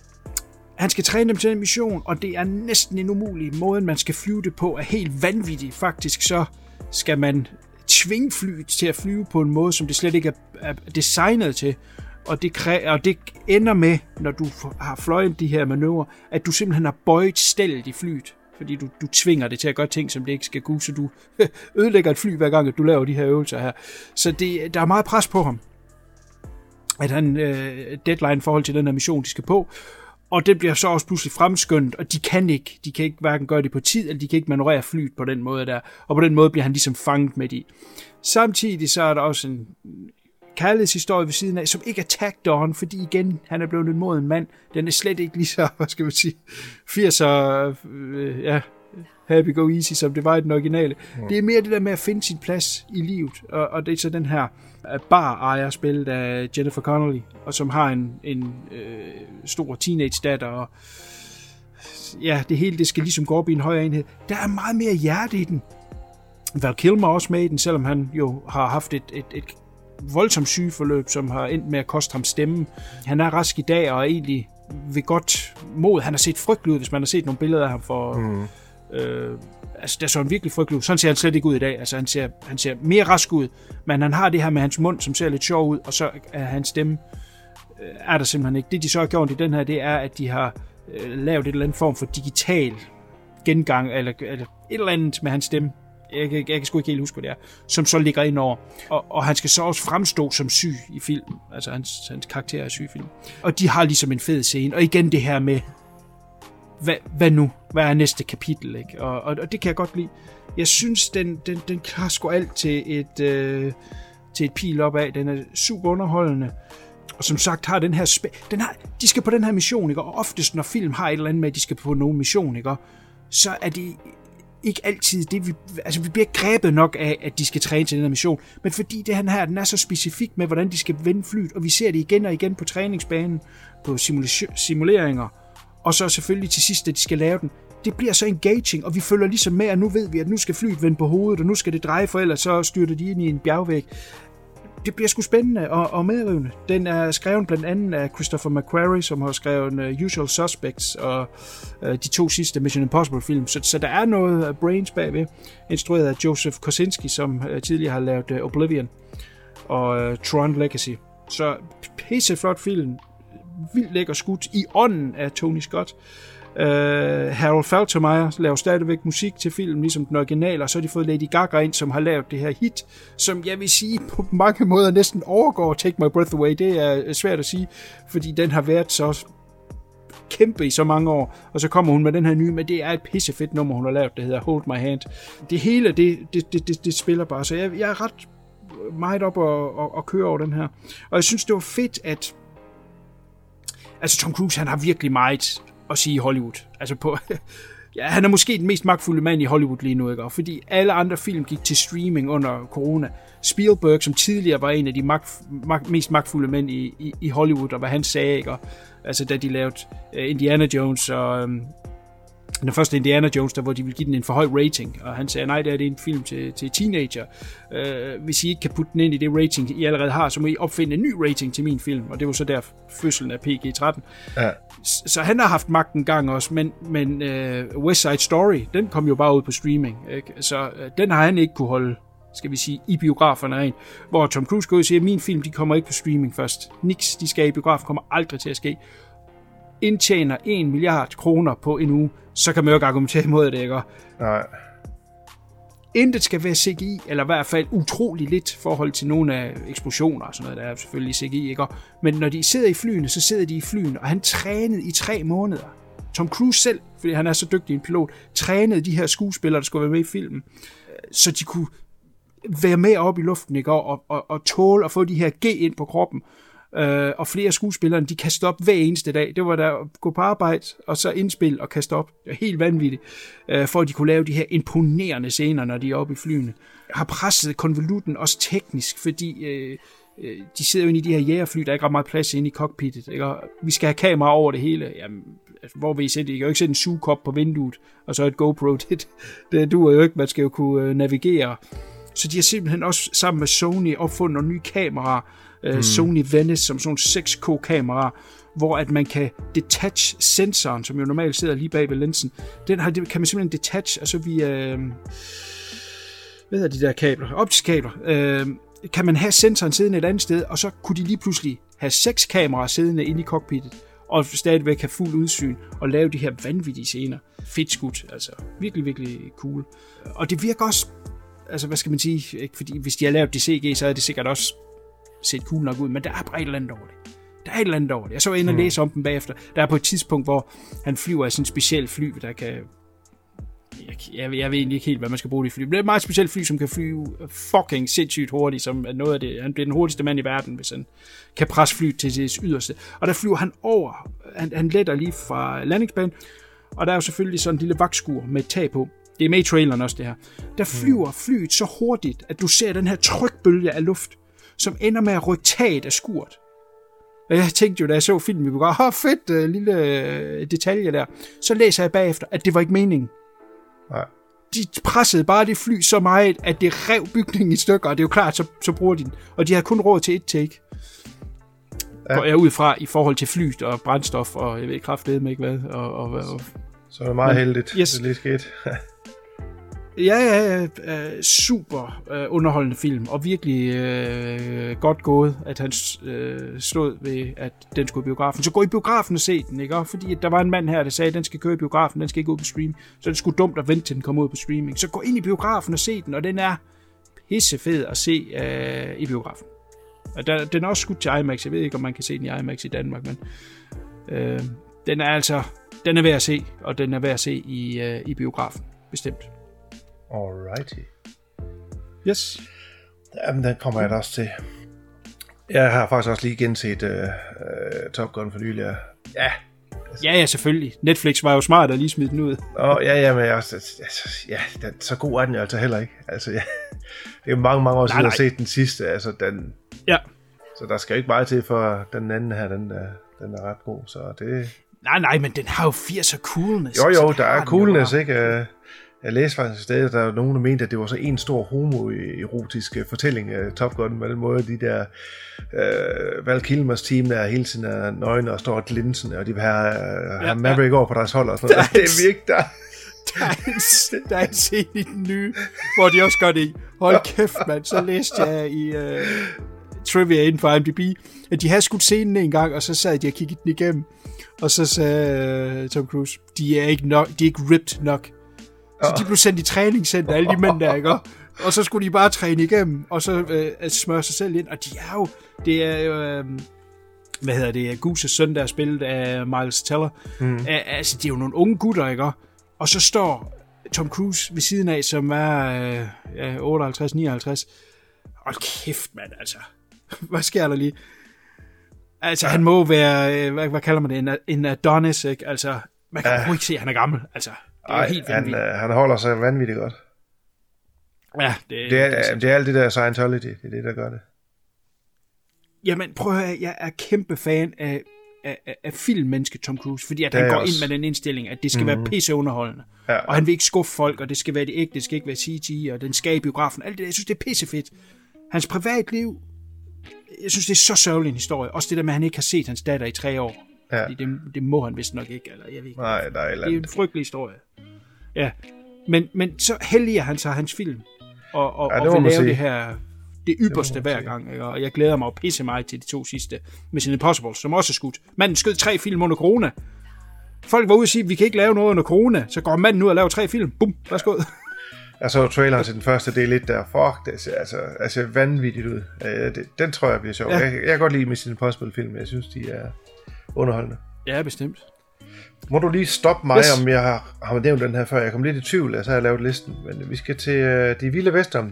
Han skal træne dem til en mission, og det er næsten en umulig måde, man skal flyve det på, er helt vanvittigt. Faktisk så skal man tvinge flyet til at flyve på en måde, som det slet ikke er designet til, og det, kræ- og det ender med, når du har fløjet de her manøvrer, at du simpelthen har bøjet stellet i flyet, fordi du, du tvinger det til at gøre ting, som det ikke skal kunne, så du ødelægger et fly hver gang, at du laver de her øvelser her. Så det, der er meget pres på ham, at han øh, deadline i forhold til den her mission, de skal på, og det bliver så også pludselig fremskyndt, og de kan ikke, de kan ikke hverken gøre det på tid, eller de kan ikke manøvrere flyet på den måde der, og på den måde bliver han ligesom fanget med i. Samtidig så er der også en kærlighedshistorie ved siden af, som ikke er tagged on, fordi igen, han er blevet en moden mand. Den er slet ikke lige så, hvad skal man sige, firser, øh, ja, happy go easy, som det var i den originale. Mm. Det er mere det der med at finde sin plads i livet, og, og det er så den her bar-ejer spillet af Jennifer Connelly, og som har en, en øh, stor teenage-datter, og ja, det hele, det skal ligesom gå op i en højere enhed. Der er meget mere hjerte i den. Val Kilmer også med i den, selvom han jo har haft et, et, et voldsomt sygeforløb, som har endt med at koste ham stemmen. Han er rask i dag, og er egentlig ved godt mod. Han har set frygtelig ud, hvis man har set nogle billeder af ham for... Mm. Øh, altså, der så han virkelig frygtelig ud. Sådan ser han slet ikke ud i dag. Altså, han ser, han ser mere rask ud, men han har det her med hans mund, som ser lidt sjov ud, og så er hans stemme øh, er der simpelthen ikke. Det, de så har gjort i den her, det er, at de har øh, lavet et eller andet form for digital gengang, eller, eller et eller andet med hans stemme, jeg, jeg, jeg kan sgu ikke helt huske, hvad det er, som så ligger ind over. Og, og han skal så også fremstå som syg i filmen. Altså hans, hans karakter er syg i filmen. Og de har ligesom en fed scene. Og igen det her med, hvad, hvad nu? Hvad er næste kapitel? Ikke? Og, og, og det kan jeg godt lide. Jeg synes, den, den, den klarer sgu alt til et, øh, til et pil opad. Den er super underholdende. Og som sagt har den her... Spæ- den har, de skal på den her mission, ikke? Og oftest, når film har et eller andet med, at de skal på nogen mission, ikke? Så er det ikke altid det, vi... Altså, vi bliver grebet nok af, at de skal træne til den her mission. Men fordi det her, den er så specifik med, hvordan de skal vende flyet, og vi ser det igen og igen på træningsbanen, på simula- simuleringer, og så selvfølgelig til sidst, at de skal lave den. Det bliver så engaging, og vi følger ligesom med, at nu ved vi, at nu skal flyet vende på hovedet, og nu skal det dreje, for ellers så styrter de ind i en bjergvæg. Det bliver sgu spændende og, og medrivende. Den er skrevet blandt andet af Christopher McQuarrie, som har skrevet uh, Usual Suspects og uh, de to sidste Mission Impossible-film. Så, så der er noget uh, brains bagved. Instrueret af Joseph Kosinski, som uh, tidligere har lavet uh, Oblivion og uh, Tron Legacy. Så pisseflot film. Vildt lækker skudt i ånden af Tony Scott. Uh, Harold Faltermeyer laver stadigvæk musik til filmen, ligesom den originale, og så har de fået Lady Gaga ind, som har lavet det her hit, som jeg vil sige på mange måder næsten overgår Take My Breath Away. Det er svært at sige, fordi den har været så kæmpe i så mange år, og så kommer hun med den her nye, men det er et pissefedt nummer, hun har lavet, det hedder Hold My Hand. Det hele, det, det, det, det, det spiller bare, så jeg, jeg er ret meget op og, og, og køre over den her. Og jeg synes, det var fedt, at altså Tom Cruise, han har virkelig meget at sige i Hollywood. Altså på, ja, han er måske den mest magtfulde mand i Hollywood lige nu, ikke? Fordi alle andre film gik til streaming under corona. Spielberg, som tidligere var en af de magt, magt, mest magtfulde mænd i, i, i Hollywood, og hvad han sagde, ikke? Altså da de lavede uh, Indiana Jones og um, den første Indiana Jones, der hvor de ville give den en for høj rating, og han sagde, nej, det er en film til, til teenager. Uh, hvis I ikke kan putte den ind i det rating, I allerede har, så må I opfinde en ny rating til min film, og det var så der fødslen af P G tretten. Ja. Så, så han har haft magten en gang også, men, men uh, West Side Story, den kom jo bare ud på streaming, ikke? Så uh, den har han ikke kunne holde, skal vi sige, i biograferne rent, hvor Tom Cruise går ud og siger, at min film, de kommer ikke på streaming først. Niks, de skal i biografen, kommer aldrig til at ske. Indtjener en milliard kroner på en uge, så kan man jo ikke argumentere imod det, ikke? Nej. Intet skal være C G I, eller i hvert fald utrolig lidt forhold til nogle af eksplosioner og sådan noget, der er selvfølgelig C G I, ikke? Men når de sidder i flyene, så sidder de i flyene, og han trænede i tre måneder. Tom Cruise selv, fordi han er så dygtig en pilot, trænede de her skuespillere, der skulle være med i filmen, så de kunne være med op i luften, ikke? Og, og, og tåle at få de her G ind på kroppen. Uh, og flere skuespillere, de kaster op hver eneste dag. Det var der at gå på arbejde, og så indspil og kaste op. Det er helt vanvittigt, uh, for at de kunne lave de her imponerende scener, når de er oppe i flyene. Jeg har presset konvolutten også teknisk, fordi uh, uh, de sidder jo inde i de her jægerfly, der er ikke ret meget plads inde i cockpittet, ikke? Og vi skal have kamera over det hele. Jamen, hvor vil I sætte det? I kan jo ikke sætte en sugekop på vinduet, og så et GoPro. Det, det duer jo ikke, man skal jo kunne uh, navigere. Så de har simpelthen også sammen med Sony opfundet nogle nye kameraer, Mm. Sony Venice, som sådan seks K-kamera, hvor at man kan detach sensoren, som jo normalt sidder lige bag ved linsen. Den har, kan man simpelthen detach, altså via øh, hvad hedder de der kabler? Optiske kabler. Øh, kan man have sensoren siddende et andet sted, og så kunne de lige pludselig have seks kameraer siddende inde i cockpittet, og stadigvæk have fuld udsyn, og lave de her vanvittige scener. Fedt skudt, altså. Virkelig, virkelig cool. Og det virker også, altså hvad skal man sige, ikke? Fordi hvis de har lavet det C G, så er det sikkert også set cool nok ud, men der er bare et eller andet over det. Der er et eller andet over det. Jeg så ind og læse om den bagefter. Der er på et tidspunkt, hvor han flyver af sådan en speciel fly, der kan... Jeg, jeg, jeg ved egentlig ikke helt, hvad man skal bruge det fly. Det er et meget specielt fly, som kan flyve fucking sindssygt hurtigt, som er noget af det. Han bliver den hurtigste mand i verden, hvis han kan presse flyet til sit yderste. Og der flyver han over. Han, han letter lige fra landingsbanen, og der er jo selvfølgelig sådan en lille vagtskur med et tag på. Det er med i traileren også, det her. Der flyver flyet så hurtigt, at du ser den her trykbølge af luft, som ender med at rykke taget af skuret. Og jeg tænkte jo, da jeg så filmen, vi kunne gå, fedt, uh, lille uh, detalje der. Så læser jeg bagefter, at det var ikke meningen. Nej. De pressede bare det fly så meget, at det rev bygningen i stykker, og det er jo klart, så, så bruger de den. Og de havde kun råd til et take. Ja. Går jeg ud fra i forhold til flyt og brændstof, og jeg ved kraftedeme ikke hvad. Og, og, og, så er det meget heldigt, yes. det lige skete. Ja, ja, ja. Super øh, underholdende film, og virkelig øh, godt gået, at han øh, stod ved, at den skulle i biografen. Så gå i biografen og se den, ikke? Fordi der var en mand her, der sagde, at den skal køre i biografen, den skal ikke ud på stream. Så det skulle dumt at vente til den kommer ud på streaming. Så gå ind i biografen og se den, og den er pissefed at se øh, i biografen. Og der, den er også skudt til IMAX. Jeg ved ikke, om man kan se den i IMAX i Danmark, men øh, den er altså, den er værd at se, og den er værd at se i, øh, i biografen, bestemt. Alrighty. Yes. Jamen, den kommer jeg da også til. Jeg har faktisk også lige genset uh, uh, Top Gun for nylig. Ja. Ja, ja, selvfølgelig. Netflix var jo smart at lige smide den ud. Åh, ja, ja, men jeg, altså, ja, den, så god er den jo altså heller ikke. Altså, ja, det er jo mange, mange år siden, jeg har set den sidste. Altså, den, ja. Så der skal jo ikke meget til, for den anden her, den, den er ret god. Så det... Nej, nej, men den har jo firser coolness. Jo, jo, der er coolness, ikke? Jeg læste faktisk et sted, at der var nogen, der mente, at det var så en stor homoerotisk fortælling af Top Gun, med den måde, de der uh, Val Kilmers team, der hele tiden er nøgne og står og glinsende, og de vil have, uh, have ja, Maverick ja. over på deres hold og sådan noget. Det er virkelig der. Der er, en, der er en scene i den nye, hvor de også gør det i. Hold kæft, mand. Så læste jeg i uh, trivia inden for I M D B, at de havde skudt scenen en gang, og så sad de og kiggede den igennem. Og så sagde uh, Tom Cruise, de er ikke nok, de er ikke ripped nok. Så de blev sendt i træningscenter, alle de mænd der, ikke? Og så skulle de bare træne igennem, og så øh, smøre sig selv ind. Og de er jo, det er jo, øh, hvad hedder det, Gooses søn, der er spillet af Miles Teller. Mm. Æ, altså, de er jo nogle unge gutter, ikke? Og så står Tom Cruise ved siden af, som er øh, ja, otteoghalvtreds nioghalvtreds. Hold kæft, mand, altså. Hvad sker der lige? Altså, han må være, øh, hvad, hvad kalder man det, en, en Adonis, ikke? Altså, man kan jo ikke se, at han er gammel, altså. Det er Ej, helt han, han holder sig vanvittigt godt. Ja, det, det, er, det, det er alt det der Scientology, det er det, der gør det. Jamen, prøv at høre, jeg er kæmpe fan af, af, af filmmenneske Tom Cruise, fordi at han går også ind med den indstilling, at det skal mm-hmm. være pisseunderholdende. Ja, ja. Og han vil ikke skuffe folk, og det skal være det ægte, det skal ikke være C G, og den skal i biografen. Alt det der, jeg synes, det er pissefedt. Hans privatliv, jeg synes, det er så sørgelig en historie. Også det der med, at han ikke har set hans datter i tre år. Ja. Fordi det, det må han vist nok ikke, eller jeg ved ikke. Nej, der er det er en frygtelig historie. Ja, men, men så heldiger han sig hans film, og, og, ja, og vil lave sige. det her, det ypperste det hver gang, ikke? Og jeg glæder mig pisse meget til de to sidste, Mission Impossible, som også er skudt. Manden skød tre film under corona. Folk var ude og sige, vi kan ikke lave noget under corona, så går manden ud og laver tre film, bum, værsgo. Jeg så traileren til den første del lidt der, fuck, det ser altså, altså vanvittigt ud. Den tror jeg bliver sjov. Ja. Jeg, jeg kan godt lide Mission Impossible film, jeg synes, de er underholdende. Ja, bestemt. Må du lige stoppe mig, yes. om jeg har, har nævnt den her før. Jeg kom lidt i tvivl, altså har jeg lavet listen. Men vi skal til uh, De Vilde Western.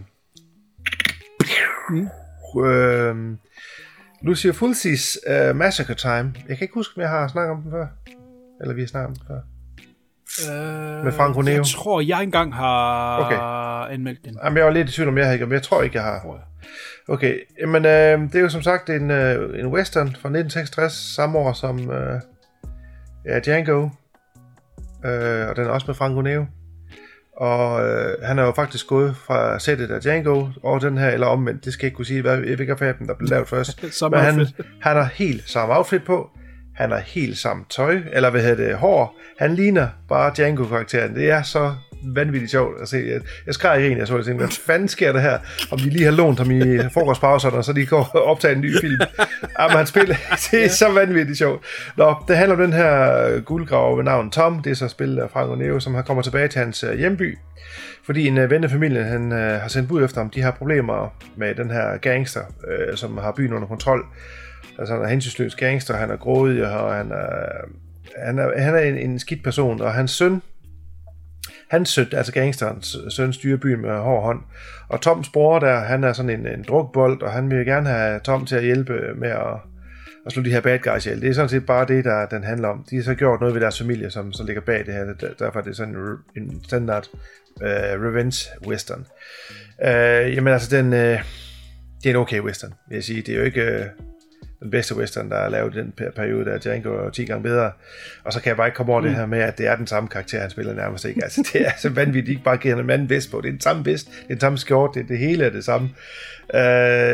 Mm. Uh, Lucio Fulcis uh, Massacre Time. Jeg kan ikke huske, om jeg har snakket om den før. Eller vi har snakket om den før. Uh, Med Franco Nero. Jeg tror, jeg engang har okay. anmeldt den. Jamen, jeg var lidt i tvivl, om jeg har, men jeg tror ikke, jeg har. Okay, men uh, det er jo som sagt en, uh, en western fra nitten seksogtres, samme år som... Uh, Ja, Django, øh, og den er også med Franco Nero. Og øh, han er jo faktisk gået fra sættet af Django over den her, eller omvendt, det skal jeg ikke kunne sige, hvad, jeg ved ikke, hvad der blev lavet først. Men han, han har helt samme outfit på, han har helt samme tøj, eller hvad hedder det, hår. Han ligner bare Django-karakteren. Det er så vanvittigt sjovt at se. Jeg, jeg skreg i en, jeg så det, hvad fanden sker der her? Om de lige har lånt ham i frokostpauserne, og så de går og optager en ny film. Jamen, han spiller, det er så vanvittigt sjovt. Nå, det handler om den her guldgraver ved navn Tom, det er så spillet af Franco Nero, som har kommer tilbage til hans hjemby, fordi en ven af familien, han uh, har sendt bud efter ham, de har problemer med den her gangster, uh, som har byen under kontrol. Altså, han er hensynsløs gangster, han er grådig, og han er, han er, han er en, en skidt person, og hans søn, hans søn, altså gangsterens søn, styrer byen med hård hånd. Og Toms bror der, han er sådan en, en drukbold, og han vil gerne have Tom til at hjælpe med at, at slå de her bad guys ihjel. Det er sådan set bare det, der den handler om. De har så gjort noget ved deres familie, som så ligger bag det her. Derfor er det sådan en, en standard uh, revenge western. Uh, jamen altså, den, uh, det er en okay western, vil jeg sige. Det er jo ikke... Uh, den bedste western, der er lavet i den periode, der er Django og ti gange bedre. Og så kan jeg bare ikke komme over mm. det her med, at det er den samme karakter, han spiller nærmest ikke. Altså, det er så vanvittigt, ikke bare giver en manden vest på. Det er den samme vest, det er den samme skjort, det, det hele er det samme. Uh,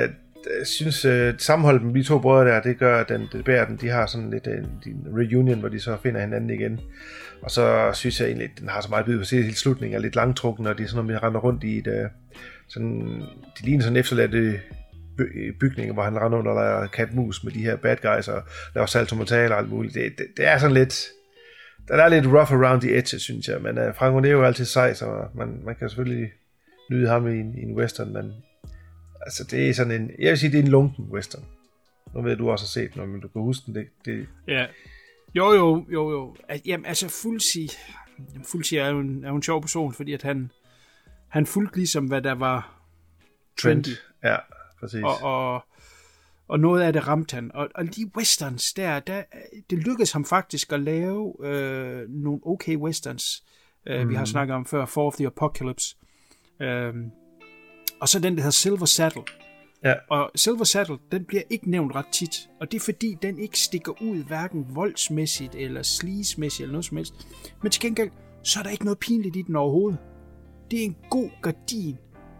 jeg synes, uh, sammenholdet med de to brødre der, det gør, at den, det bærer den. De har sådan lidt en, en reunion, hvor de så finder hinanden igen. Og så synes jeg egentlig, at den har så meget bid på sig. Hele slutningen er lidt langtrukken, og de er sådan noget, vi render rundt i et, uh, sådan, de ligner sådan efterladte bygninger, hvor han render under og laver kat-mus med de her bad guys, og laver saltomortale og alt muligt. Det, det, det er sådan lidt, der er lidt rough around the edges, synes jeg. Men uh, Franco Nero er jo altid sej, så man, man kan selvfølgelig nyde ham i en, i en western, men altså, det er sådan en, jeg vil sige, det er en lunken western. Nu ved du også har set, når du kan huske den. Det, det... Ja. Jo, jo, jo, jo. Jamen, altså, Fulci, Fulci er jo en, er jo en sjov person, fordi at han, han fulgte ligesom, hvad der var trendy. Trend. Ja, præcis. Og, og, og noget af det ramte han. Og, og de westerns der, der, det lykkedes ham faktisk at lave øh, nogle okay westerns. Øh, mm. Vi har snakket om før, Four of the Apocalypse. Øh, og så den, der hedder Silver Saddle. Ja. Og Silver Saddle, den bliver ikke nævnt ret tit. Og det er fordi, den ikke stikker ud, hverken voldsmæssigt eller sleaze-mæssigt eller noget som helst. Men til gengæld, så er der ikke noget pinligt i den overhovedet. Det er en god gardin,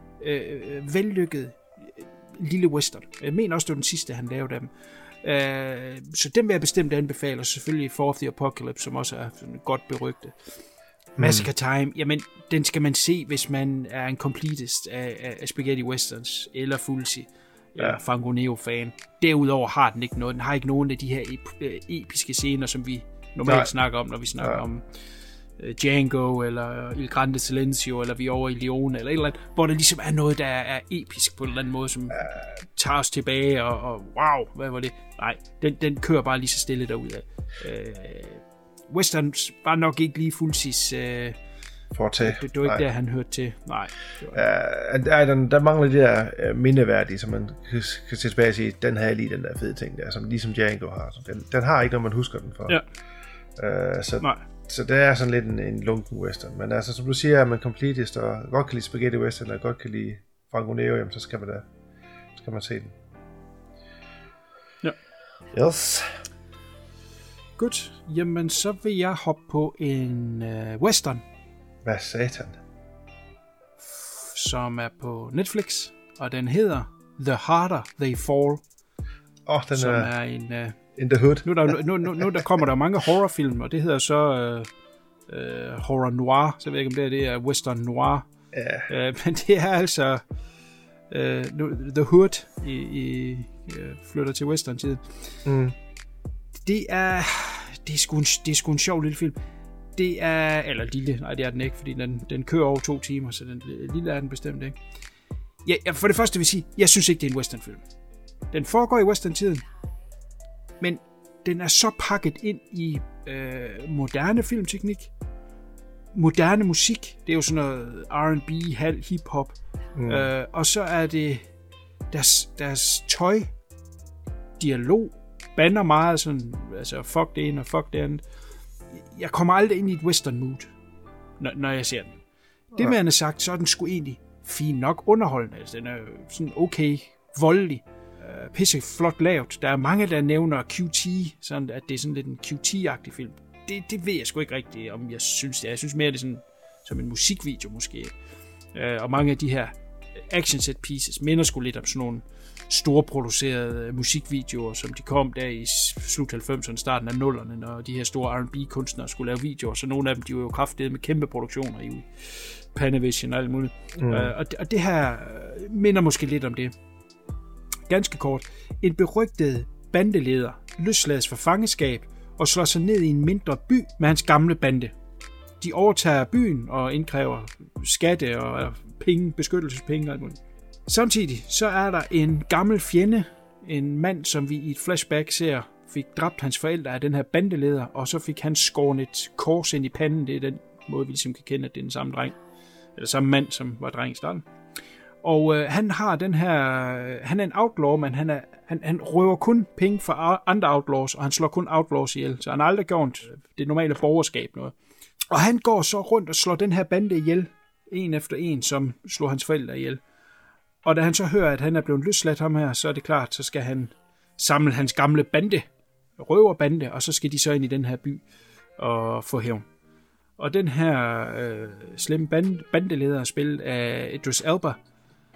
øh, vellykket øh, lille western. Jeg mener også, det var den sidste, han lavede af dem. Øh, så den vil jeg bestemt anbefale, og selvfølgelig Four of the Apocalypse, som også er sådan godt berygtet. Massacre Time, jamen, den skal man se, hvis man er en completist af, af spaghetti westerns, eller Fulci, ja. Eller Franco Nero-fan. Derudover har den ikke noget. Den har ikke nogen af de her ep- episke scener, som vi normalt Nej. snakker om, når vi snakker ja. om uh, Django, eller Il Grande Silencio, eller vi er over i Leone, eller et eller andet, hvor der ligesom er noget, der er episk på en eller anden måde, som ja. tager os tilbage, og, og wow, hvad var det? Nej, den, den kører bare lige så stille derudad. Uh, Westerns var nok ikke lige Fulcis øh, fortæ. Det, det var ikke Nej. der, han hørte til. Nej. Ja, der, der, der mangler de der uh, mindeværdige, som man kan, kan se tilbage og sige, den her lige den der fede ting der, som ligesom Django har. Den, den har ikke, når man husker den for. Ja. Uh, så, Nej. så det er sådan lidt en, en lunken western. Men altså, som du siger, er man completist og godt kan lide spaghetti western, og godt kan lide Franco Nero, jamen, så skal man da skal man se den. Ja. Yes. Godt. Jamen, så vil jeg hoppe på en øh, western. Hvad satan? Som er på Netflix, og den hedder The Harder They Fall. Oh, den som er, er en... Øh, in the hood. Nu, der, nu, nu, nu der kommer der mange horrorfilm, og det hedder så øh, øh, horror noir, så jeg ved ikke, om det er, det er western noir. Ja. Øh, men det er altså øh, The Hood i, i øh, flytter til western-tiden. Mm. Det er det er, sgu en, det er sgu en sjov lille film. Det er, eller lille, nej det er den ikke, fordi den, den kører over to timer, så den lille er den bestemt ikke. Ja, for det første vil jeg sige, jeg synes ikke, det er en westernfilm. Den foregår i western-tiden, men den er så pakket ind i øh, moderne filmteknik, moderne musik, det er jo sådan noget R and B, halv hip-hop, mm. øh, og så er det deres, deres tøj, dialog, bander meget sådan, altså fuck det ene og fuck det andet. Jeg kommer aldrig ind i et western mood, når, når jeg ser den. Det med, han har sagt, så er den sgu egentlig fin nok underholdende. Altså, den er sådan okay voldelig, uh, pisse flot lavet. Der er mange, der nævner Q T, sådan at det er sådan lidt en Q T-agtig film. Det, det ved jeg sgu ikke rigtigt, om jeg synes det. Jeg synes mere, det er sådan som en musikvideo måske. Uh, og mange af de her action set pieces minder sgu lidt om sådan nogle storproducerede musikvideoer, som de kom der i slut halvfemserne, starten af nullerne, når de her store R and B-kunstnere skulle lave videoer, så nogle af dem, de var jo kraftede med kæmpe produktioner i Panavision og alt muligt. Mm. Uh, og, det, og det her minder måske lidt om det. Ganske kort. En berygtet bandeleder løslades fra fangenskab og slår sig ned i en mindre by med hans gamle bande. De overtager byen og indkræver skatte og penge, beskyttelsespenge og alt muligt. Samtidig så er der en gammel fjende, en mand, som vi i et flashback ser, fik dræbt hans forældre af den her bandeleder, og så fik han skåret et kors ind i panden. Det er den måde, vi ligesom kan kende, at det er den samme dreng, eller samme mand, som var dreng i starten. Og øh, han har den her, han er en outlaw, men han, er, han, han røver kun penge fra andre outlaws, og han slår kun outlaws ihjel, så han har aldrig gjort det normale borgerskab noget. Og han går så rundt og slår den her bande ihjel, en efter en, som slår hans forældre ihjel. Og da han så hører, at han er blevet løsladt ham her, så er det klart, så skal han samle hans gamle bande, røverbande, og så skal de så ind i den her by og få hævn. Og den her øh, slemme bande, bandeleder, spillet af Idris Elba,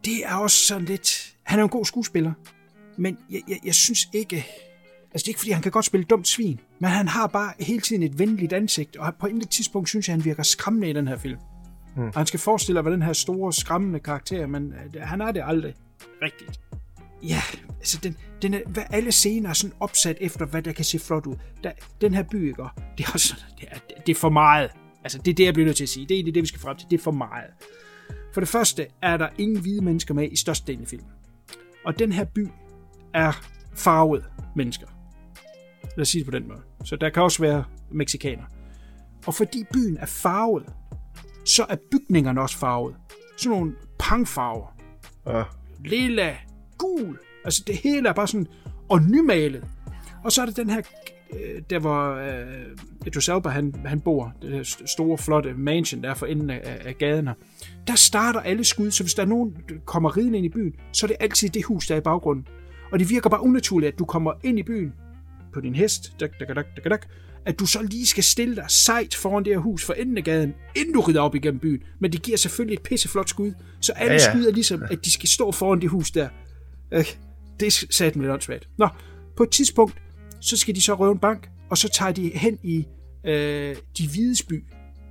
det er også sådan lidt... Han er en god skuespiller, men jeg, jeg, jeg synes ikke... Altså, det er ikke, fordi han kan godt spille dumt svin, men han har bare hele tiden et venligt ansigt, og på intet tidspunkt synes jeg, han virker skræmmende i den her film. Hmm. Og han skal forestille at være den her store, skræmmende karakter, men han er det aldrig rigtigt. Ja, altså, den, den er, hvad alle scener er sådan opsat efter, hvad der kan se flot ud. Der, den her by, ikke? Det er også det er, det er for meget. Altså, det er det, jeg bliver nødt til at sige. Det er egentlig det, vi skal frem til. Det er for meget. For det første er der ingen hvide mennesker med i størstedelen af filmen. Og den her by er farvet mennesker. Lad os sige det på den måde. Så der kan også være mexikanere. Og fordi byen er farvet, så er bygningerne også farvet. Sådan nogle pangfarver. Ja. Lilla, gul. Altså det hele er bare sådan, og nymalet. Og så er det den her, der hvor uh, Idris Elba, han, han bor, det her store, flotte mansion der for enden af, af gaden her. Der starter alle skud, så hvis der er nogen, der kommer ridende ind i byen, så er det altid det hus, der er i baggrunden. Og det virker bare unaturligt, at du kommer ind i byen på din hest, dak, dak, dak, dak, dak, at du så lige skal stille dig sejt foran det her hus for enden af gaden, inden du rider op igennem byen. Men det giver selvfølgelig et pisseflot skud, så alle ja, ja. skud er ligesom, at de skal stå foran det hus der. Det er sat med lidt åndssvagt. Nå, på et tidspunkt, så skal de så røve en bank, og så tager de hen i øh, de hvides by.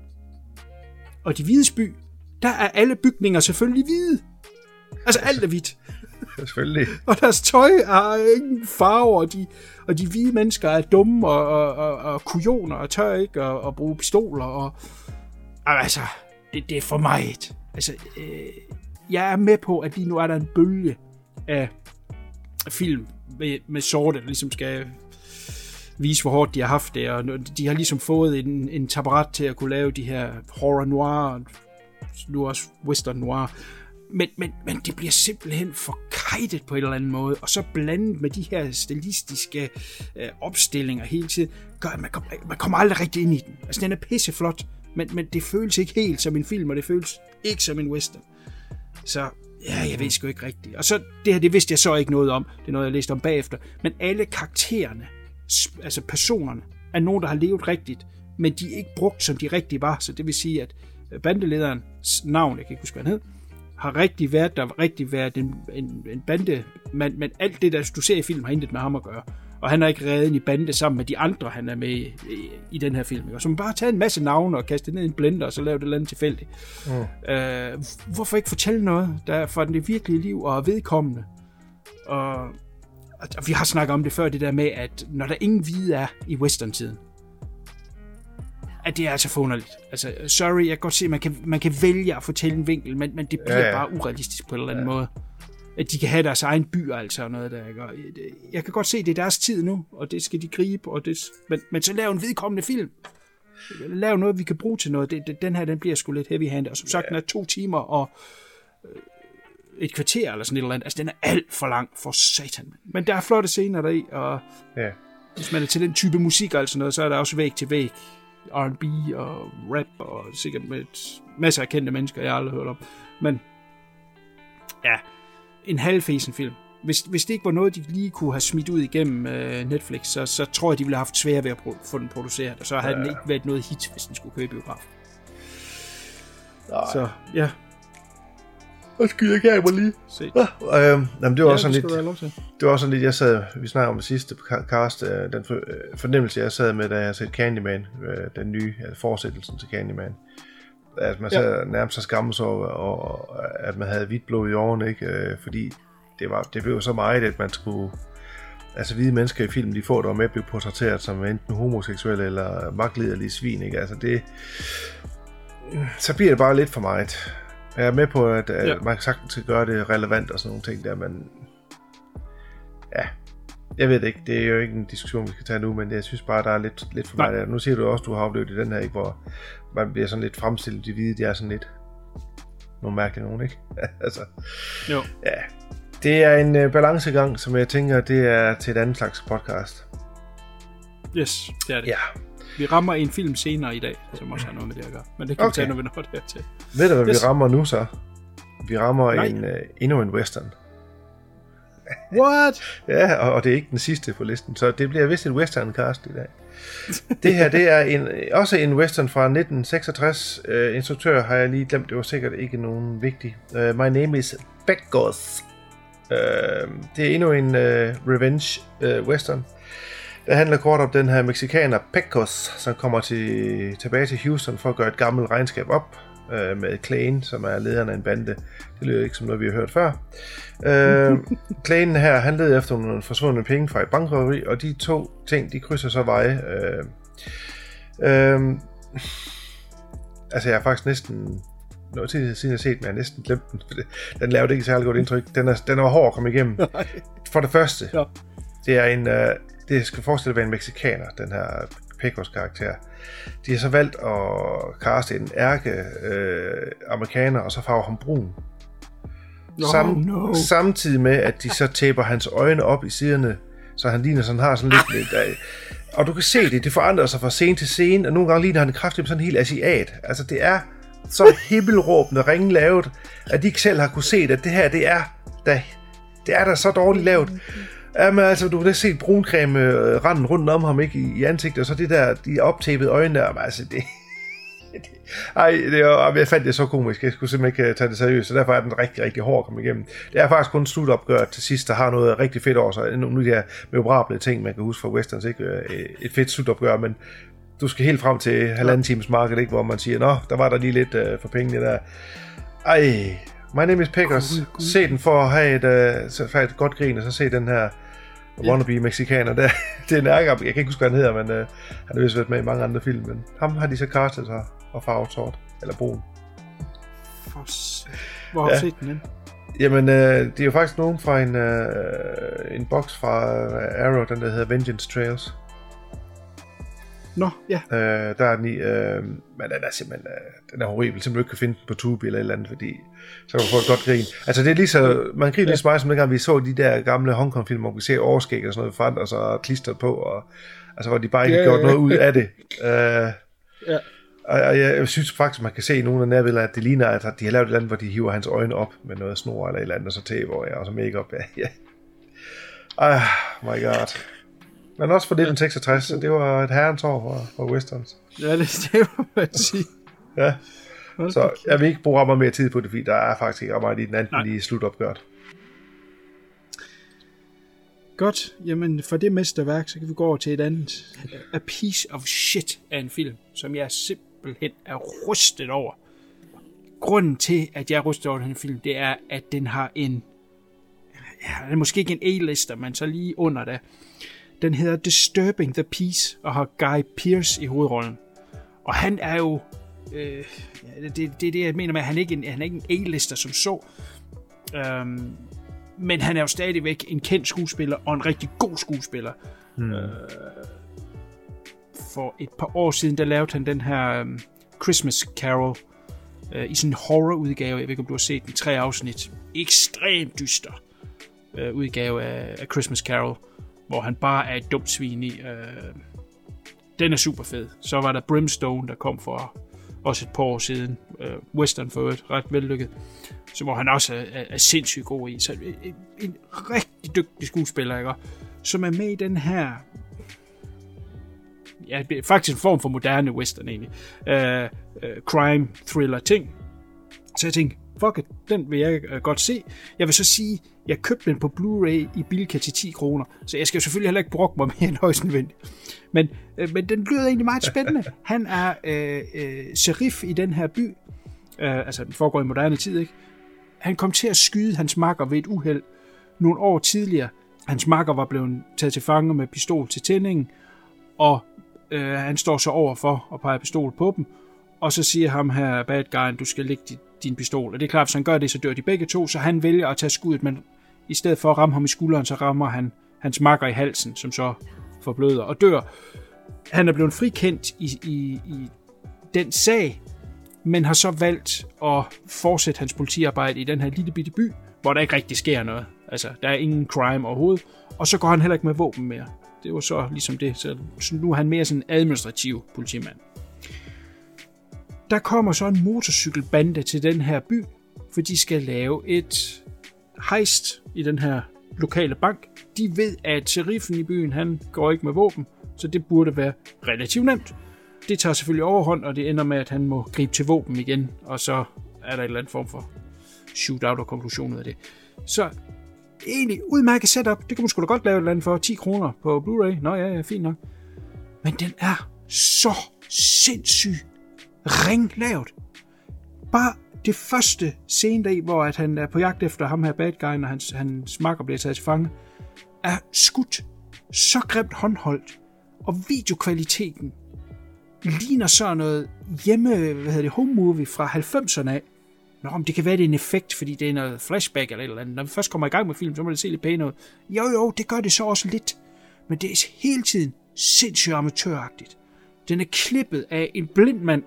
Og de hvides by, der er alle bygninger selvfølgelig hvide. Altså alt er hvidt. Selvfølgelig. Og deres tøj er ingen farver, og de, og de hvide mennesker er dumme og, og, og, og kujoner og tør ikke at, at bruge pistoler. Og, altså, det, det er for meget. Altså, øh, jeg er med på, at lige nu er der en bølge af film med, med sorte, der ligesom skal vise, hvor hårdt de har haft det, og de har ligesom fået en, en taburet til at kunne lave de her horror noir, nu også western noir, men, men, men det bliver simpelthen for kajtet på en eller anden måde, og så blandet med de her stilistiske øh, opstillinger hele tiden, gør, at man, kom, man kommer aldrig rigtig ind i den. Altså, den er pisseflot, men, men det føles ikke helt som en film, og det føles ikke som en western. Så ja, jeg ved sgu ikke rigtigt. Og så, det her, det vidste jeg så ikke noget om. Det er noget, jeg læste om bagefter. Men alle karaktererne, altså personerne, er nogen, der har levet rigtigt, men de er ikke brugt, som de rigtigt var. Så det vil sige, at bandelederens navn, jeg kan ikke huske, hvad han hed, har rigtig været, der har rigtig været en, en, en bande, men, men alt det, der du ser i filmen, har intet med ham at gøre. Og han er ikke reddet i bande sammen med de andre, han er med i, i, i den her film. Og så man bare tager en masse navne og kaste ned i en blender, og så lave det eller andet tilfældigt. Mm. Øh, hvorfor ikke fortælle noget, der er for det virkelige liv og er vedkommende? Og, og vi har snakket om det før, det der med, at når der ingen hvide er i western-tiden, at det er altså forunderligt. Altså, sorry, jeg kan godt se, at man kan, man kan vælge at fortælle en vinkel, men, men det bliver ja, ja. bare urealistisk på en eller anden ja. måde. At de kan have deres egen by, altså, og noget der, ikke? Og jeg kan godt se, at det er deres tid nu, og det skal de gribe, og det, men, men så lav en vedkommende film. Lav noget, vi kan bruge til noget. Det, det, den her, den bliver sgu lidt heavy-handed, og som sagt, ja. den er to timer og øh, et kvarter, eller sådan et eller andet. Altså, den er alt for lang, for satan. Men der er flotte scener deri, og ja. hvis man er til den type musik, altså noget, så er der også væg til væg. R and B og rap, og sikkert med masser af kendte mennesker, jeg aldrig har hørt om. Men, ja, en halvfesen film. Hvis, hvis det ikke var noget, de lige kunne have smidt ud igennem uh, Netflix, så, så tror jeg, de ville have haft svært ved at pro- få den produceret, og så havde ja. den ikke været noget hit, hvis den skulle køre i biograf. Så, ja. Hvad skal jeg ikke mig lige? Se. Ah, øh, jamen, det var ja, også sådan lidt, det var også sådan lidt, jeg sad, vi snakker om det sidste cast, øh, den for, øh, fornemmelse, jeg sad med, da jeg set Candyman, øh, den nye, altså fortsættelsen til Candyman. At man sad ja. nærmest så skammes over, og, at man havde hvidt blod i årene, ikke? Øh, fordi det, var, det blev så meget, at man skulle, altså hvide mennesker i filmen, de får der med at blive portrætteret som enten homoseksuelle eller magtliderlige svin, ikke? Altså det, så bliver det bare lidt for meget. Jeg er med på, at, at ja. man sagtens skal gøre det relevant og sådan nogle ting der, men ja, jeg ved det ikke. Det er jo ikke en diskussion, vi skal tage nu, men jeg synes bare, der er lidt, lidt for meget der. Nu siger du også, du har oplevet i den her, ikke, hvor man bliver sådan lidt fremstillet, de hvide, de er sådan lidt nogle mærkelige nogen, ikke? altså, jo. Ja, det er en uh, balancegang, som jeg tænker, det er til et andet slags podcast. Yes, det er det. Ja. Vi rammer en film senere i dag, som også har noget med det at gøre. Men det kan okay. vi tage, når vi når det til. Ved du, hvad yes. vi rammer nu så? Vi rammer en, uh, endnu en western. What? Ja, og, og det er ikke den sidste på listen, så det bliver vist et western cast i dag. Det her, det er en, også en western fra nitten seksogtres. Uh, instruktør har jeg lige glemt, det var sikkert ikke nogen vigtig. Uh, My Name is Pecos. Uh, det er endnu en uh, revenge uh, western. Det handler kort om den her mexikaner Pecos, som kommer til, tilbage til Houston for at gøre et gammelt regnskab op uh, med Clayne, som er lederen af en bande. Det lyder ikke som noget, vi har hørt før. Uh, Clayne her, han leder efter nogle forsvundne penge fra et bankrøveri, og de to ting, de krydser så veje. Uh, uh, altså, jeg har faktisk næsten... Noget tid siden jeg har set, men jeg har næsten glemt den. Den lavede ikke særlig godt indtryk. Den er, den er hård at komme igennem. For det første, ja. det er en... Uh, det skal forestille at være en mexikaner, den her Pecos karakter. De har så valgt at kaste en ærke øh, amerikaner, og så farver ham brun. Sam, oh, no. Samtidig med, at de så taper hans øjne op i siderne, så han ligner sådan, har sådan lidt... lidt af, og du kan se det, det forandrer sig fra scene til scene, og nogle gange ligner han kraftigt sådan helt asiat. Altså, det er så himmelråbende ringe lavet, at de ikke selv har kunne se, at det her, det er da, det er da så dårligt lavet. Jamen altså, du kan se bruncreme øh, randen rundt om ham, ikke, i, i ansigtet, og så det der, de optæppede øjne der, altså det... det ej, det er, jeg fandt det så komisk, jeg skulle simpelthen ikke tage det seriøst, så derfor er den rigtig, rigtig hård at komme igennem. Det er faktisk kun slutopgør til sidst, der har noget rigtig fedt over sig, nogle af de her memorable ting, man kan huske fra westerns, ikke? Et fedt slutopgør, men du skal helt frem til halvanden times marked, ikke, hvor man siger, nå, der var der lige lidt uh, for pengene der. Ej, My Name is Pecos. Se den for at have et, uh, så have et godt grin, og så se den her wannabe mexikaner. Det, det er en ærger, jeg kan ikke huske, hvad han hedder, men uh, han har vist været med i mange andre film, men ham har de så castet sig og farvet sort, eller brun. Hvor har du ja. set den hen? Jamen, uh, det er jo faktisk nogen fra en, uh, en boks fra uh, Arrow, den der hedder Vengeance Trails. Nå, ja. Øh, der er den i, øh, men den er simpelthen, øh, den er horribel, simpelthen ikke kan finde den på Tubi eller et eller andet, fordi så kan man få et godt grin. Altså det er lige så, man griner lige så meget, som dengang vi så de der gamle Hongkong-film, hvor vi ser overskæg og sådan noget forandret sig og klistret på, og altså hvor de bare ikke ja, har gjort ja. noget ud af det. Øh, ja. Og jeg, jeg synes faktisk, man kan se i nogle af nærbilleder, at det ligner, at de har lavet et eller andet, hvor de hiver hans øjne op med noget snor eller et eller andet, og så taber jeg, og så make-up. Ja, ja. Ah, my god. Men også for nitten seksogtres, så det var et herrens år for, for westerns. Ja, det, det må man sige. Ja, så jeg vil ikke bruge ret meget mere tid på det, fordi der er faktisk ikke ret meget i den anden lige slutopgørt. Godt, jamen for det mesterværk, så kan vi gå over til et andet. A Piece of Shit af en film, som jeg simpelthen er rystet over. Grunden til, at jeg er rystet over den film, det er, at den har en... Ja, det er måske ikke en A-lister, men så lige under det. Den hedder Disturbing the Peace og har Guy Pearce i hovedrollen. Og han er jo... Øh, det, det er det, jeg mener med, at han ikke er en, han er ikke en A-lister som så. Um, men han er jo stadigvæk en kendt skuespiller og en rigtig god skuespiller. Hmm. Uh, for et par år siden, der lavede han den her um, Christmas Carol uh, i sådan en horror-udgave. Jeg ved ikke, om du har set den, tre afsnit. Ekstremt dyster uh, udgave af, af Christmas Carol, hvor han bare er et dumt svin i. Øh, den er super fed. Så var der Brimstone, der kom for også et par år siden. Øh, Western for et ret vellykket. Så hvor han også er, er, er sindssygt god i. Så en, en rigtig dygtig skuespiller, ikke? Som er med i den her... Ja, faktisk en form for moderne western egentlig. Øh, øh, crime, thriller ting. Så jeg tænkte, fuck it, den vil jeg øh, godt se. Jeg vil så sige, jeg købte den på Blu-ray i Bilka til ti kroner, så jeg skal jo selvfølgelig heller ikke brokke mig mere end højst nødvendigt. Men, øh, men den lyder egentlig meget spændende. Han er øh, øh, sheriff i den her by, øh, altså den foregår i moderne tid, ikke? Han kom til at skyde hans makker ved et uheld nogle år tidligere. Hans makker var blevet taget til fange med pistol til tændingen, og øh, han står så overfor og peger pistol på dem, og så siger ham her, bad guyen, du skal lægge dit din pistol. Og det er klart, hvis han gør det, så dør de begge to, så han vælger at tage skuddet, men i stedet for at ramme ham i skulderen, så rammer han hans makker i halsen, som så forbløder og dør. Han er blevet frikendt i, i, i den sag, men har så valgt at fortsætte hans politiarbejde i den her lille bitte by, hvor der ikke rigtig sker noget. Altså, der er ingen crime overhovedet, og så går han heller ikke med våben mere. Det var så ligesom det, så nu er han mere sådan en administrativ politimand. Der kommer så en motorcykelbande til den her by, for de skal lave et heist i den her lokale bank. De ved, at sheriffen i byen, han går ikke med våben, så det burde være relativt nemt. Det tager selvfølgelig overhånd, og det ender med, at han må gribe til våben igen, og så er der et eller andet form for shootout og konklusionen af det. Så egentlig udmærket setup. Det kan man sgu da godt lave et eller andet for ti kroner på Blu-ray. Nå ja, ja, fint nok. Men den er så sindssygt ringlavet. Bare det første scene der, hvor at han er på jagt efter ham her bad guy, når hans, hans makker bliver taget til fange, er skudt så grimt håndholdt, og videokvaliteten ligner sådan noget hjemme, hvad hedder det, home movie fra halvfemserne af. Nå, om det kan være, det er en effekt, fordi det er noget flashback eller et eller andet. Når vi først kommer i gang med film, så må det se lidt pænt ud. Jo, jo, det gør det så også lidt. Men det er hele tiden sindssygt amatøragtigt. Den er klippet af en blind mand.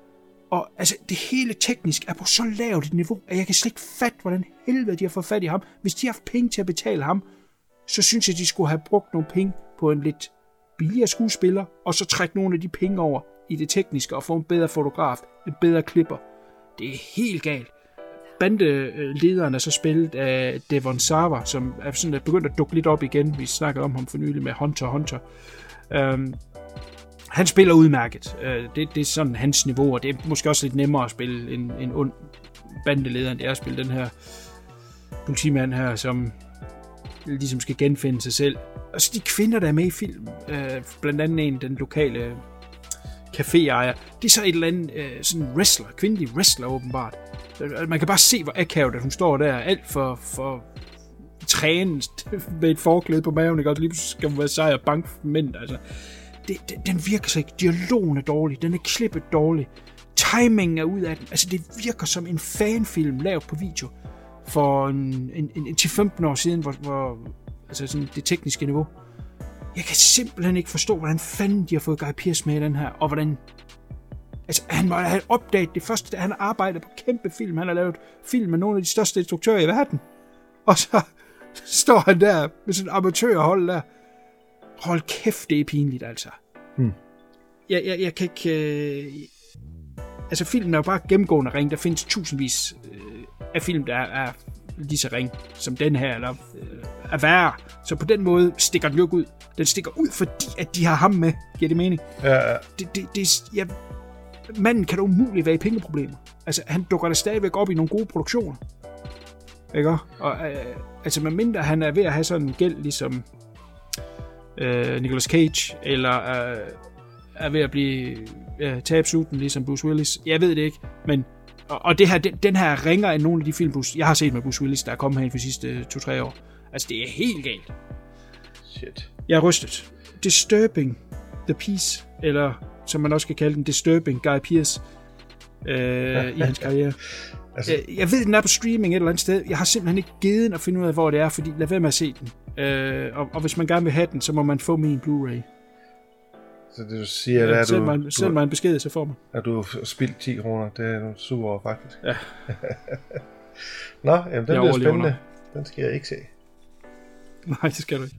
Og altså, det hele teknisk er på så lavt et niveau, at jeg kan slet ikke fatte, hvordan helvede de har fået fat i ham. Hvis de har haft penge til at betale ham, så synes jeg, de skulle have brugt nogle penge på en lidt billigere skuespiller, og så trække nogle af de penge over i det tekniske, og få en bedre fotograf, en bedre klipper. Det er helt galt. Bandelederen er så spillet af Devon Sawa, som er sådan er begyndt at dukke lidt op igen. Vi snakkede om ham for nylig med Hunter Hunter. Um, han spiller udmærket. Uh, det, det er sådan hans niveau, og det er måske også lidt nemmere at spille en, en ond bandeleder, end det er at spille den her politimand her, som ligesom skal genfinde sig selv. Og så de kvinder, der er med i film, uh, blandt andet en, den lokale caféejer, det er så et eller andet uh, sådan wrestler, kvindelig wrestler åbenbart. Man kan bare se, hvor akavet, at hun står der, alt for, for trænet med et forklæde på maven, ikke? Og lige skal man være sej og bank mænd, altså. Det, det, den virker så ikke. Dialogen er dårlig, den er klippet dårlig, timingen er ud af den, altså det virker som en fanfilm lavet på video for en, en, en ti til femten år siden, hvor, hvor altså sådan det tekniske niveau. Jeg kan simpelthen ikke forstå, hvordan fanden de har fået Guy Pearce med i den her, og hvordan altså, han må have opdaget det første, han har arbejdet på kæmpe film. Han har lavet film med nogle af de største instruktører i verden. Og så står han der med sådan en amatørhold der. Hold kæft, det er pinligt, altså. Hmm. Jeg, jeg, jeg kan ikke... Øh... Altså, filmen er jo bare gennemgående ring. Der findes tusindvis øh, af film, der er, er lige så ring som den her, eller øh, er værre. Så på den måde stikker den jo ikke ud. Den stikker ud, fordi at de har ham med. Giver det mening? Ja, ja. Det, det, det, jeg... Manden kan da umuligt være i pengeproblemer. Altså, han dukker da stadigvæk op i nogle gode produktioner. Ikke? Og, øh, altså, medmindre han er ved at have sådan en gæld, ligesom øh, Nicolas Cage, eller øh, er ved at blive øh, tabsuten, ligesom Bruce Willis. Jeg ved det ikke, men og, og det her, den, den her ringer af nogle af de film, Bruce, jeg har set med Bruce Willis, der er kommet her for de sidste to til tre år. Altså, det er helt galt. Shit. Jeg er rystet. Disturbing the Peace, eller som man også kan kalde den, Disturbing Guy Pearce øh, i hans karriere. Altså, jeg ved, den er på streaming et eller andet sted. Jeg har simpelthen ikke givet den at finde ud af, hvor det er, fordi lad være med at se den. Øh, og, og hvis man gerne vil have den, så må man få min Blu-ray. Så det du siger, ja, er, send, du, mig, du, send mig en besked, så får man. At du har spildt ti kroner, det er du sur over, faktisk. Ja. Nå, jamen, den bliver spændende. Nok. Den skal jeg ikke se. Nej, det skal du ikke.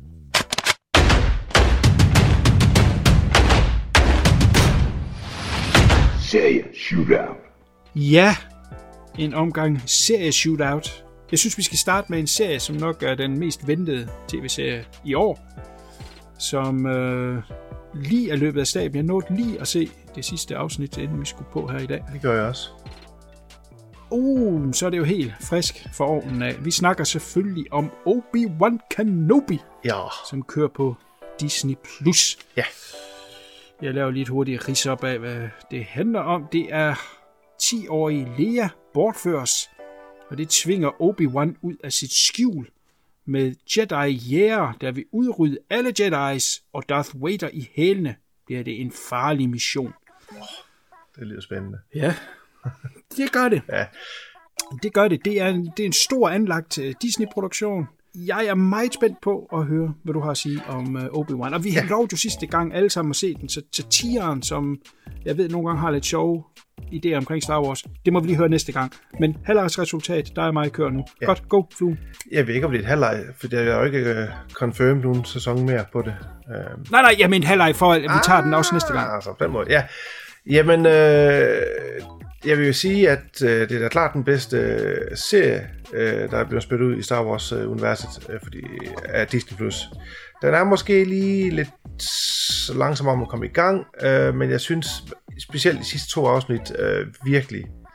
Serie shootout. Ja, en omgang serie shootout. Jeg synes, vi skal starte med en serie, som nok er den mest ventede tv-serie i år. Som øh, lige er løbet af staben. Jeg nåede lige at se det sidste afsnit, inden vi skulle på her i dag. Det gør jeg også. Uh, så er det jo helt frisk for ovnen af. Vi snakker selvfølgelig om Obi-Wan Kenobi, ja. Som kører på Disney plus. Ja. Jeg laver lige et hurtigt rids op af, hvad det handler om. Det er ti-årige Leia bortføres, og det tvinger Obi-Wan ud af sit skjul med Jedi-jæger, der vil udrydde alle Jedi's, og Darth Vader i hælene. Bliver det en farlig mission. Oh, det lyder spændende. Ja, det gør det. Ja. Det gør det. Det er en, det er en stor anlagt Disney-produktion. Jeg er meget spændt på at høre, hvad du har at sige om uh, Obi-Wan. Og vi ja. har lovt jo sidste gang alle sammen at se den, så satiren, som jeg ved nogle gange har lidt sjove idéer omkring Star Wars, det må vi lige høre næste gang. Men halvlejs resultat, der er mig kører nu. Ja. Godt, go, Flue. Jeg ved ikke, om det er et halvleg, for det er jo ikke uh, confirmed nogen sæson mere på det. Uh... Nej, nej, jeg mener halvleg for, at vi tager ah, den også næste gang. Altså, på den måde, ja. Jamen, øh, jeg vil jo sige, at øh, det er da klart den bedste øh, serie, øh, der er blevet spillet ud i Star Wars-universet, øh, fordi af Disney plus. Den er måske lige lidt langsom om at komme i gang, øh, men jeg synes specielt de sidste to afsnit øh, virkelig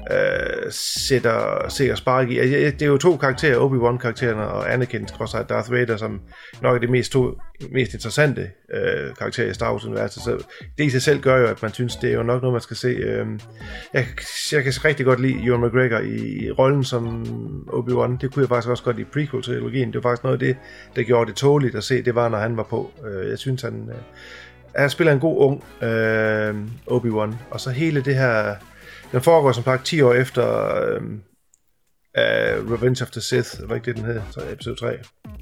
øh, sætter, sætter spark i. Altså, det er jo to karakterer, Obi-Wan-karaktererne og Anakin, trods alt Darth Vader, som nok er de mest, to, mest interessante øh, karakterer i Star Wars-universet. Så det i sig selv gør jo, at man synes, det er jo nok noget, man skal se. Øh, jeg, jeg kan rigtig godt lide Ewan McGregor i, i rollen som Obi-Wan. Det kunne jeg faktisk også godt lide prequel-trilogien. Det var faktisk noget af det, der gjorde det tåligt at se. Det var, når han var på. Øh, jeg synes, han... Øh, han spiller en god ung øh, Obi-Wan. Og så hele det her... Den foregår som sagt ti år efter øh, uh, Revenge of the Sith, var ikke det, den hed? Så episode tre.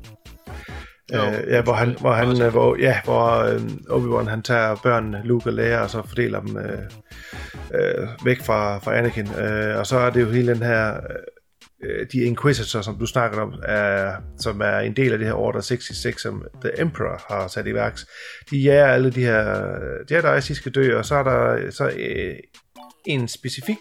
Jo, uh, ja, hvor han, hvor han, hvor, ja, hvor uh, Obi-Wan, han tager børnene, Luke og Leia, og så fordeler dem uh, uh, væk fra, fra Anakin. Uh, og så er det jo hele den her, uh, de Inquisitor, som du snakker om, uh, som er en del af det her Order seksogtres, som The Emperor har sat i værks. De jager alle de her Jedi's, de skal dø, og så er der så uh, en specifik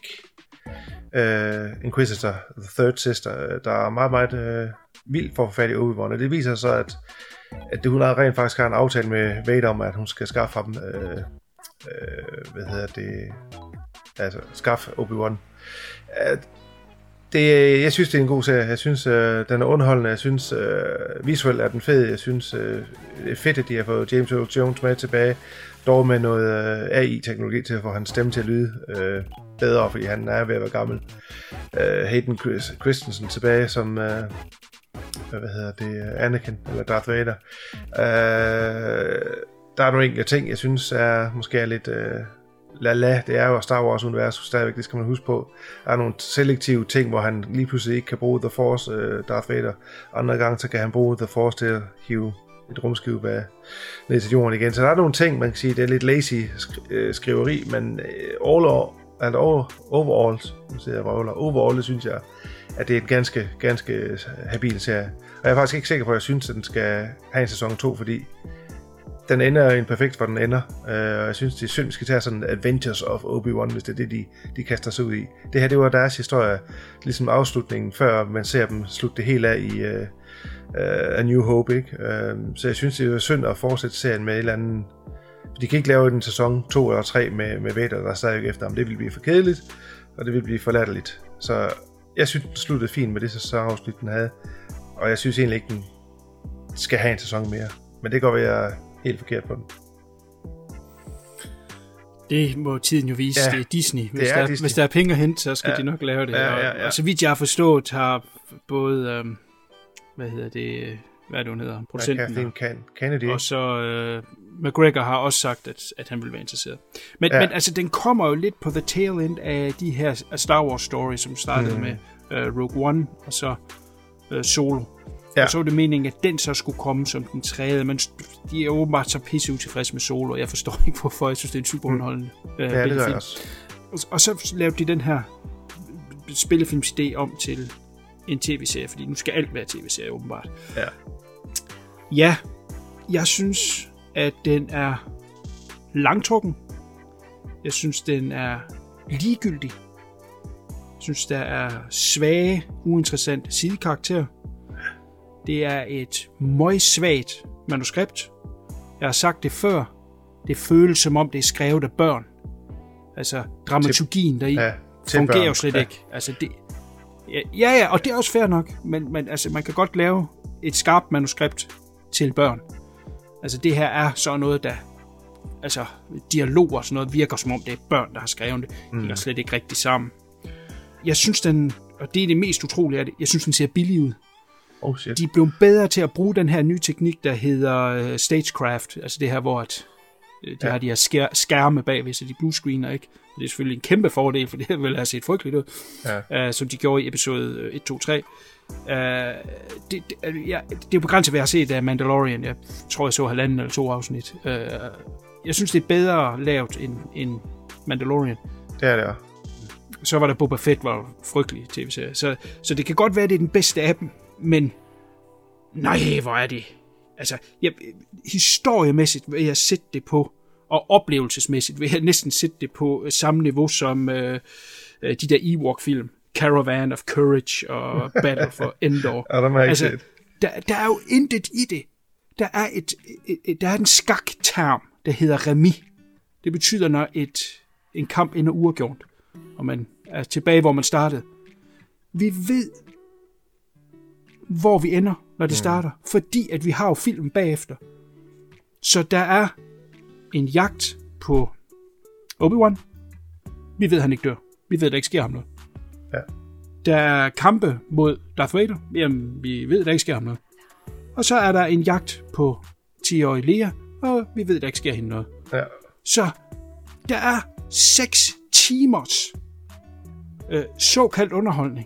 uh, Inquisitor, The Third Sister, der er meget, meget uh, vild for at få fat i Obi-Wan, og det viser så, at, at det, hun har rent faktisk har en aftale med Vader om, at hun skal skaffe ham, uh, uh, hvad hedder det, altså skaffe Obi-Wan. Uh, det, jeg synes, det er en god serie. Jeg synes, uh, den er underholdende. Jeg synes, uh, visuelt er den fed. Jeg synes, uh, det er fedt, at de har fået James Earl Jones med tilbage, dog med noget uh, A I-teknologi til at få hans stemme til at lyde uh, bedre, fordi han er ved at være gammel. Uh, Hayden Christensen tilbage som uh, hvad hedder det, Anakin eller Darth Vader. Uh, der er nogle enkelte ting, jeg synes er måske er lidt uh, la-la. Det er jo Star Wars universet stadigvæk, det skal man huske på. Der er nogle selektive ting, hvor han lige pludselig ikke kan bruge The Force, uh, Darth Vader. Andre gange så kan han bruge The Force til at hive et rumskib af ned til jorden igen. Så der er nogle ting, man kan sige, det er lidt lazy sk- øh, skriveri, men øh, all over, altså overall, overall, det synes jeg, at det er en ganske, ganske habil serie. Og jeg er faktisk ikke sikker på, at jeg synes, at den skal have en sæson to, fordi den ender en perfekt, hvor den ender. Og jeg synes, det er synd, vi skal tage sådan Adventures of Obi-Wan, hvis det er det, de, de kaster sig ud i. Det her, det var deres historie, ligesom afslutningen, før man ser dem slutte det hele af i uh, uh, A New Hope, ikke? Uh, så jeg synes, det er synd at fortsætte serien med et eller andet. De kan ikke lave en sæson to eller tre med, med Vader, der er stadig efter ham. Det vil blive for kedeligt, og det vil blive for latterligt. Så jeg synes, den sluttede fint med det sæsonafsnit, den havde. Og jeg synes egentlig ikke, den skal have en sæson mere. Men det går ved, at helt forkert på den. Det må tiden jo vise. Ja, det er Disney. Hvis, det er der, Disney. Hvis der er penge at hente, så skal ja. de nok lave det. Ja, ja, ja. Og, og så vidt jeg har forstået, har både, øhm, hvad hedder det, hvad er det, hun hedder? Producenten. Ja, Kathleen Kennedy. Og så øh, McGregor har også sagt, at, at han vil være interesseret. Men, ja. men altså, den kommer jo lidt på the tail end af de her Star Wars stories, som startede mm. med øh, Rogue One, og så øh, Solo. Ja. Og så var det meningen, at den så skulle komme som den tredje, men de er åbenbart så pisse utilfredse med Solo, og jeg forstår ikke, hvorfor. Jeg synes, det er en super underholdende øh, ja, det gør jeg også. Og, og så lavede de den her spillefilmsidé om til en tv-serie, fordi nu skal alt være tv-serie, åbenbart. Ja. Ja, jeg synes, at den er langtrukken. Jeg synes, den er ligegyldig. Jeg synes, der er svage, uinteressante sidekarakterer. Det er et møgsvagt manuskript. Jeg har sagt det før. Det føles som om, det er skrevet af børn. Altså, dramaturgien deri ja, fungerer jo slet ja. ikke. Altså, det, ja, ja, og det er også fair nok, men, men altså, man kan godt lave et skarpt manuskript til børn. Altså, det her er så noget, der... Altså, dialog og sådan noget virker som om, det er børn, der har skrevet det. Mm. Det er slet ikke rigtig sammen. Jeg synes, den... Og det er det mest utrolige af det. Jeg synes, den ser billig ud. Oh, shit. De er blevet bedre til at bruge den her nye teknik, der hedder uh, stagecraft. Altså det her, hvor at, uh, de ja. har de her skær- skærme bagved, så de bluescreener ikke. Og det er selvfølgelig en kæmpe fordel, for det her vil have set frygteligt ud. Ja. Uh, som de gjorde i episode et, to, tre. Uh, det, det, ja, det er jo begrænset, hvad jeg har set af Mandalorian. Jeg tror, jeg så halvanden eller to afsnit. Uh, jeg synes, det er bedre lavet end, end Mandalorian. Det er det, ja. Så var der Boba Fett, var frygtelig tv-serie. Så, så det kan godt være, det er den bedste af dem. Men, nej, hvor er det. Altså, jeg, historiemæssigt vil jeg sætte det på, og oplevelsesmæssigt vil jeg næsten sætte det på samme niveau som øh, de der Ewok-film. Caravan of Courage og Battle for Endor. Ja, dem har jeg altså, ikke set. Der, der er jo intet i det. Der er, et, et, et, der er en skakterm, der hedder remis. Det betyder, når et, en kamp ender uafgjort, og man er tilbage, hvor man startede. Vi ved, hvor vi ender, når det starter, fordi at vi har jo filmen bagefter. Så der er en jagt på Obi-Wan. Vi ved, at han ikke dør. Vi ved, at der ikke sker ham noget. Ja. Der er kampe mod Darth Vader. Jamen, vi ved, at der ikke sker ham noget. Og så er der en jagt på ti-årige Leia, og vi ved, at der ikke sker hende noget. Ja. Så der er seks timers øh, såkaldt underholdning.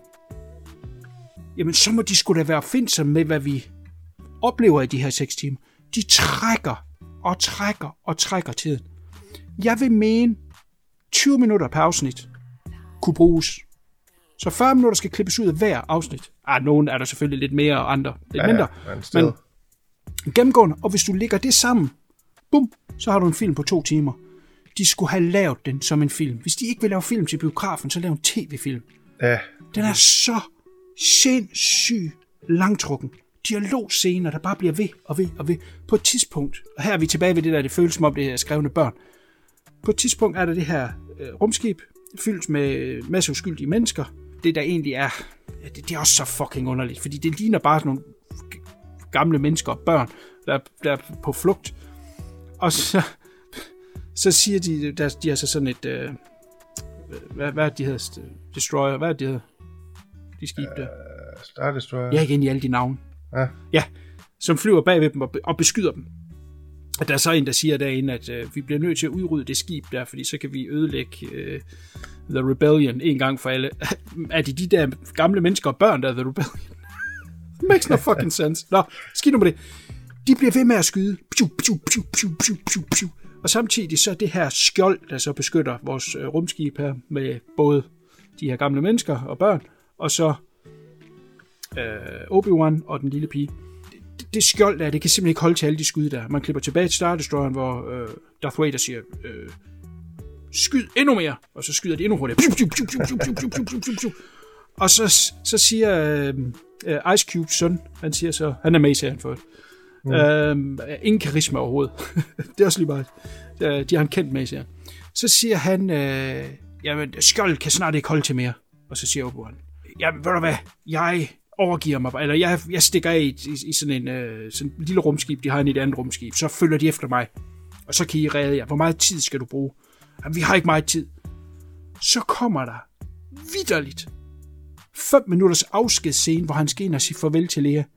Jamen, så må de sgu da være opfindsomme med, hvad vi oplever i de her seks timer. De trækker og trækker og trækker tiden. Jeg vil mene, tyve minutter per afsnit kunne bruges. Så fyrre minutter skal klippes ud af hver afsnit. Ah, nogen er der selvfølgelig lidt mere, og andre lidt ja, mindre. Ja, men gennemgående, og hvis du lægger det sammen, bum, så har du en film på to timer. De skulle have lavet den som en film. Hvis de ikke vil lave film til biografen, så lav en tv-film. Ja. Den er så sindssygt langtrukken. Dialogscener, der bare bliver ved og ved og ved. På et tidspunkt, og her er vi tilbage ved det der, det føles som om det er skrevne børn. På et tidspunkt er der det her øh, rumskib, fyldt med masse uskyldige mennesker. Det der egentlig er, ja, det, det er også så fucking underligt, fordi det ligner bare sådan nogle gamle mennesker og børn, der, der er på flugt. Og så, så siger de, der, de har så sådan et, øh, hvad, hvad er det, de hedder? Destroyer, hvad er det, de hedder? De skib der. Uh, Star Destroyer. Jeg er igen i alle de navne. Ja. Ja, som flyver bag ved dem og, og beskyder dem. Og der er så en, der siger derinde, at øh, vi bliver nødt til at udrydde det skib der, fordi så kan vi ødelægge øh, The Rebellion en gang for alle. Er det de der gamle mennesker og børn, der er The Rebellion? Makes no fucking sense. Nå, skidt nu med det. De bliver ved med at skyde. Piu, piu, piu, piu, piu, piu, piu. Og samtidig så det her skjold, der så beskytter vores øh, rumskib her, med både de her gamle mennesker og børn, og så øh, Obi-Wan og den lille pige. Det, det skjold der, det kan simpelthen ikke holde til alle de skud der. Man klipper tilbage til Star Destroyeren, hvor øh, Darth Vader siger, øh, skyd endnu mere, og så skyder de endnu hurtigere. Piu, piu, piu, piu, piu, piu, piu, piu, piu, piu. Og så, så siger øh, øh, Ice Cubes søn, han siger så, han er med i serien for det. Mm. Øhm, ingen karisma overhovedet. Det er også lige meget. De har han kendt med i serien. Så siger han, øh, jamen, skjold kan snart ikke holde til mere. Og så siger Obi-Wan, jamen, ved du hvad, jeg overgiver mig, eller jeg, jeg stikker af i, i, i sådan en øh, sådan en lille rumskib, de har i et andet rumskib, så følger de efter mig, og så kan I redde jer. Hvor meget tid skal du bruge? Jamen, vi har ikke meget tid. Så kommer der vitterligt fem minutters afskedsscene, hvor han skal ind og sige farvel til Leia.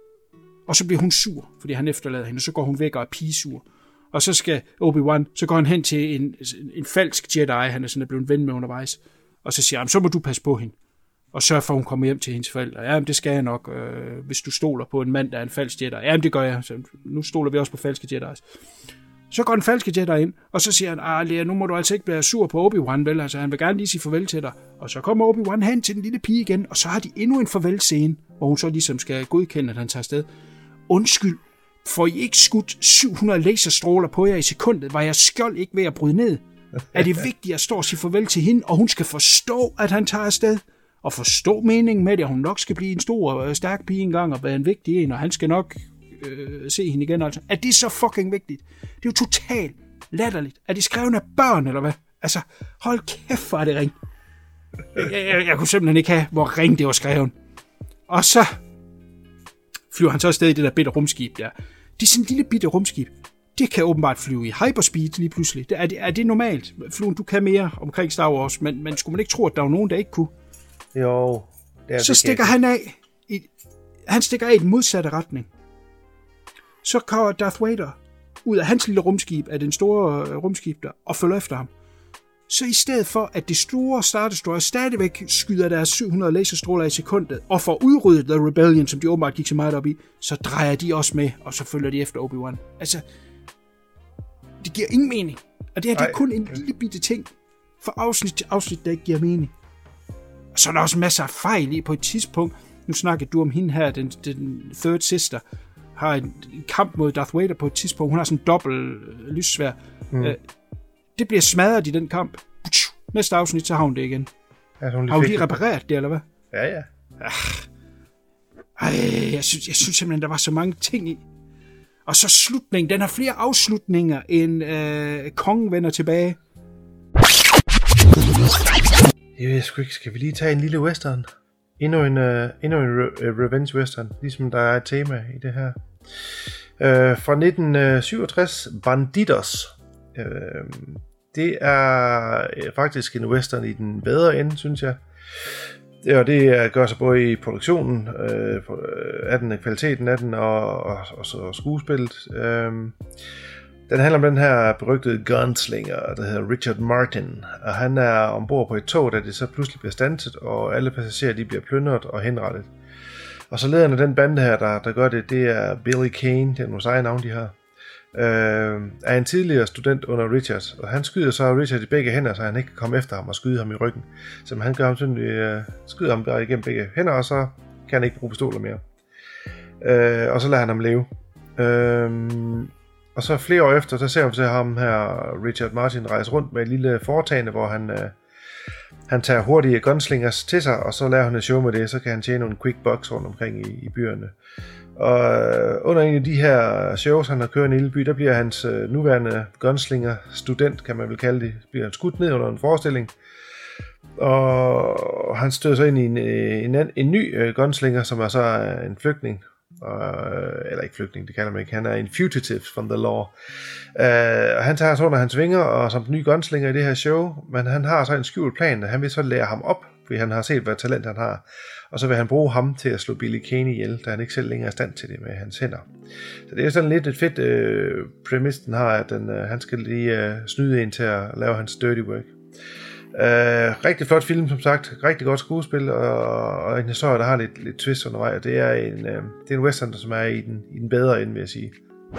Og så bliver hun sur, fordi han efterlader hende, og så går hun væk og er pigesur. Og så skal Obi-Wan, så går han hen til en, en falsk Jedi, han er sådan blevet ven med undervejs, og så siger han, så må du passe på hende, og sørge for, at hun kommer hjem til hendes forældre. Jamen, det skal jeg nok, øh, hvis du stoler på en mand, der er en falsk Jedi. Jamen, det gør jeg. Så nu stoler vi også på falske Jedis. Så går den falske Jedi ind, og så siger han, ah, Leia, nu må du altså ikke blive sur på Obi-Wan, vel? Altså, han vil gerne lige sige farvel til dig. Og så kommer Obi-Wan hen til den lille pige igen, og så har de endnu en farvelscene, hvor hun så ligesom skal godkende, at han tager afsted. Undskyld, får I ikke skudt syv hundrede laserstråler på jer i sekundet? Var jeg skjold ikke ved at bryde ned? Er det vigtigt at stå og sige farvel til hende, og hun skal forstå, at han tager afsted? Og forstå meningen med det, at hun nok skal blive en stor og stærk pige engang, og være en vigtig en, og han skal nok øh, se hende igen. Altså. Er det så fucking vigtigt? Det er jo totalt latterligt. Er det skrevet af børn, eller hvad? Altså, hold kæft, hvor er det ring. Jeg, jeg, jeg kunne simpelthen ikke have, hvor ring det var skrevet. Og så flyver han så afsted i det der bitte rumskib der. Det er sådan en lille bitte rumskib. Det kan åbenbart flyve i hyperspeed lige pludselig. Er det, er det normalt? Fluen, du kan mere omkring Star Wars, men, men skulle man ikke tro, at der var nogen, der ikke kunne? Jo. Det er så stikker han af. I, han stikker af i den modsatte retning. Så kommer Darth Vader ud af hans lille rumskib, af den store rumskib der, og følger efter ham. Så i stedet for, at det store Star Destroyer stadigvæk skyder deres syv hundrede laserstråler i sekundet, og får udryddet The Rebellion, som de åbenbart gik så meget op i, så drejer de også med, og så følger de efter Obi-Wan. Altså, det giver ingen mening. Og det her, det er kun en lille bitte ting, for afsnit til afsnit, der ikke giver mening. Og så er der også masser af fejl i på et tidspunkt. Nu snakker du om hende her, den, den third sister, har en, en kamp mod Darth Vader på et tidspunkt. Hun har sådan en dobbelt øh, lyssvær. Mm. Øh, det bliver smadret i den kamp. Næste afsnit, så har hun det igen. Ja, hun har hun lige repareret det, eller hvad? Ja, ja. Ej, jeg synes, jeg synes simpelthen, der var så mange ting i. Og så slutningen. Den har flere afslutninger, end øh, kongen vender tilbage. Jeg ved sgu ikke, skal vi lige tage en lille western? Endnu en, uh, endnu en re- uh, revenge western, ligesom der er et tema i det her. Uh, fra nitten syvogtres, Bandidos. Uh, det er faktisk en western i den bedre ende, synes jeg. Og det gør sig både i produktionen øh, af den, kvaliteten af den, og, og, og så skuespillet. Øhm, den handler om den her berygtede gunslinger, der hedder Richard Martin. Og han er ombord på et tog, da det så pludselig bliver standset, og alle passagerer de bliver plyndret og henrettet. Og så lederen af den bande her, der, der gør det, det er Billy Kane, det er nogle seje navn, de har. Øh, er en tidligere student under Richard, og han skyder så Richard i begge hænder, så han ikke kan komme efter ham og skyde ham i ryggen. Så han gør ham sådan, øh, skyder ham bare igennem begge hænder, og så kan han ikke bruge pistoler mere. Øh, og så lader han ham leve. Øh, og så flere år efter, så ser vi til ham her, Richard Martin, rejse rundt med et lille foretagende, hvor han, øh, han tager hurtige gunslingers til sig, og så laver han et show med det, så kan han tjene nogle quick bucks rundt omkring i, i byerne. Og under en af de her shows, han har kørt i en lille by, der bliver hans øh, nuværende gunslinger student, kan man vel kalde det, bliver skudt ned under en forestilling. Og han støder så ind i en, en, en, en ny øh, gunslinger, som er så øh, en flygtning. Og, øh, eller ikke flygtning, det kalder man ikke. Han er en fugitive from the law. Øh, og han tager så under hans vinger, og som den nye gunslinger i det her show, men han har så en skjult plan, at han vil så lære ham op, fordi han har set, hvad talent han har. Og så vil han bruge ham til at slå Billy Kane ihjel, da han ikke selv længere er i stand til det med hans hænder. Så det er sådan lidt et fedt øh, premise, den har, at den, øh, han skal lige øh, snyde en til at lave hans dirty work. Øh, rigtig flot film, som sagt. Rigtig godt skuespil, og, og en historie, der har lidt, lidt twist undervejs. Det er en, øh, det er en western, som er i den, i den bedre ende, vil jeg sige.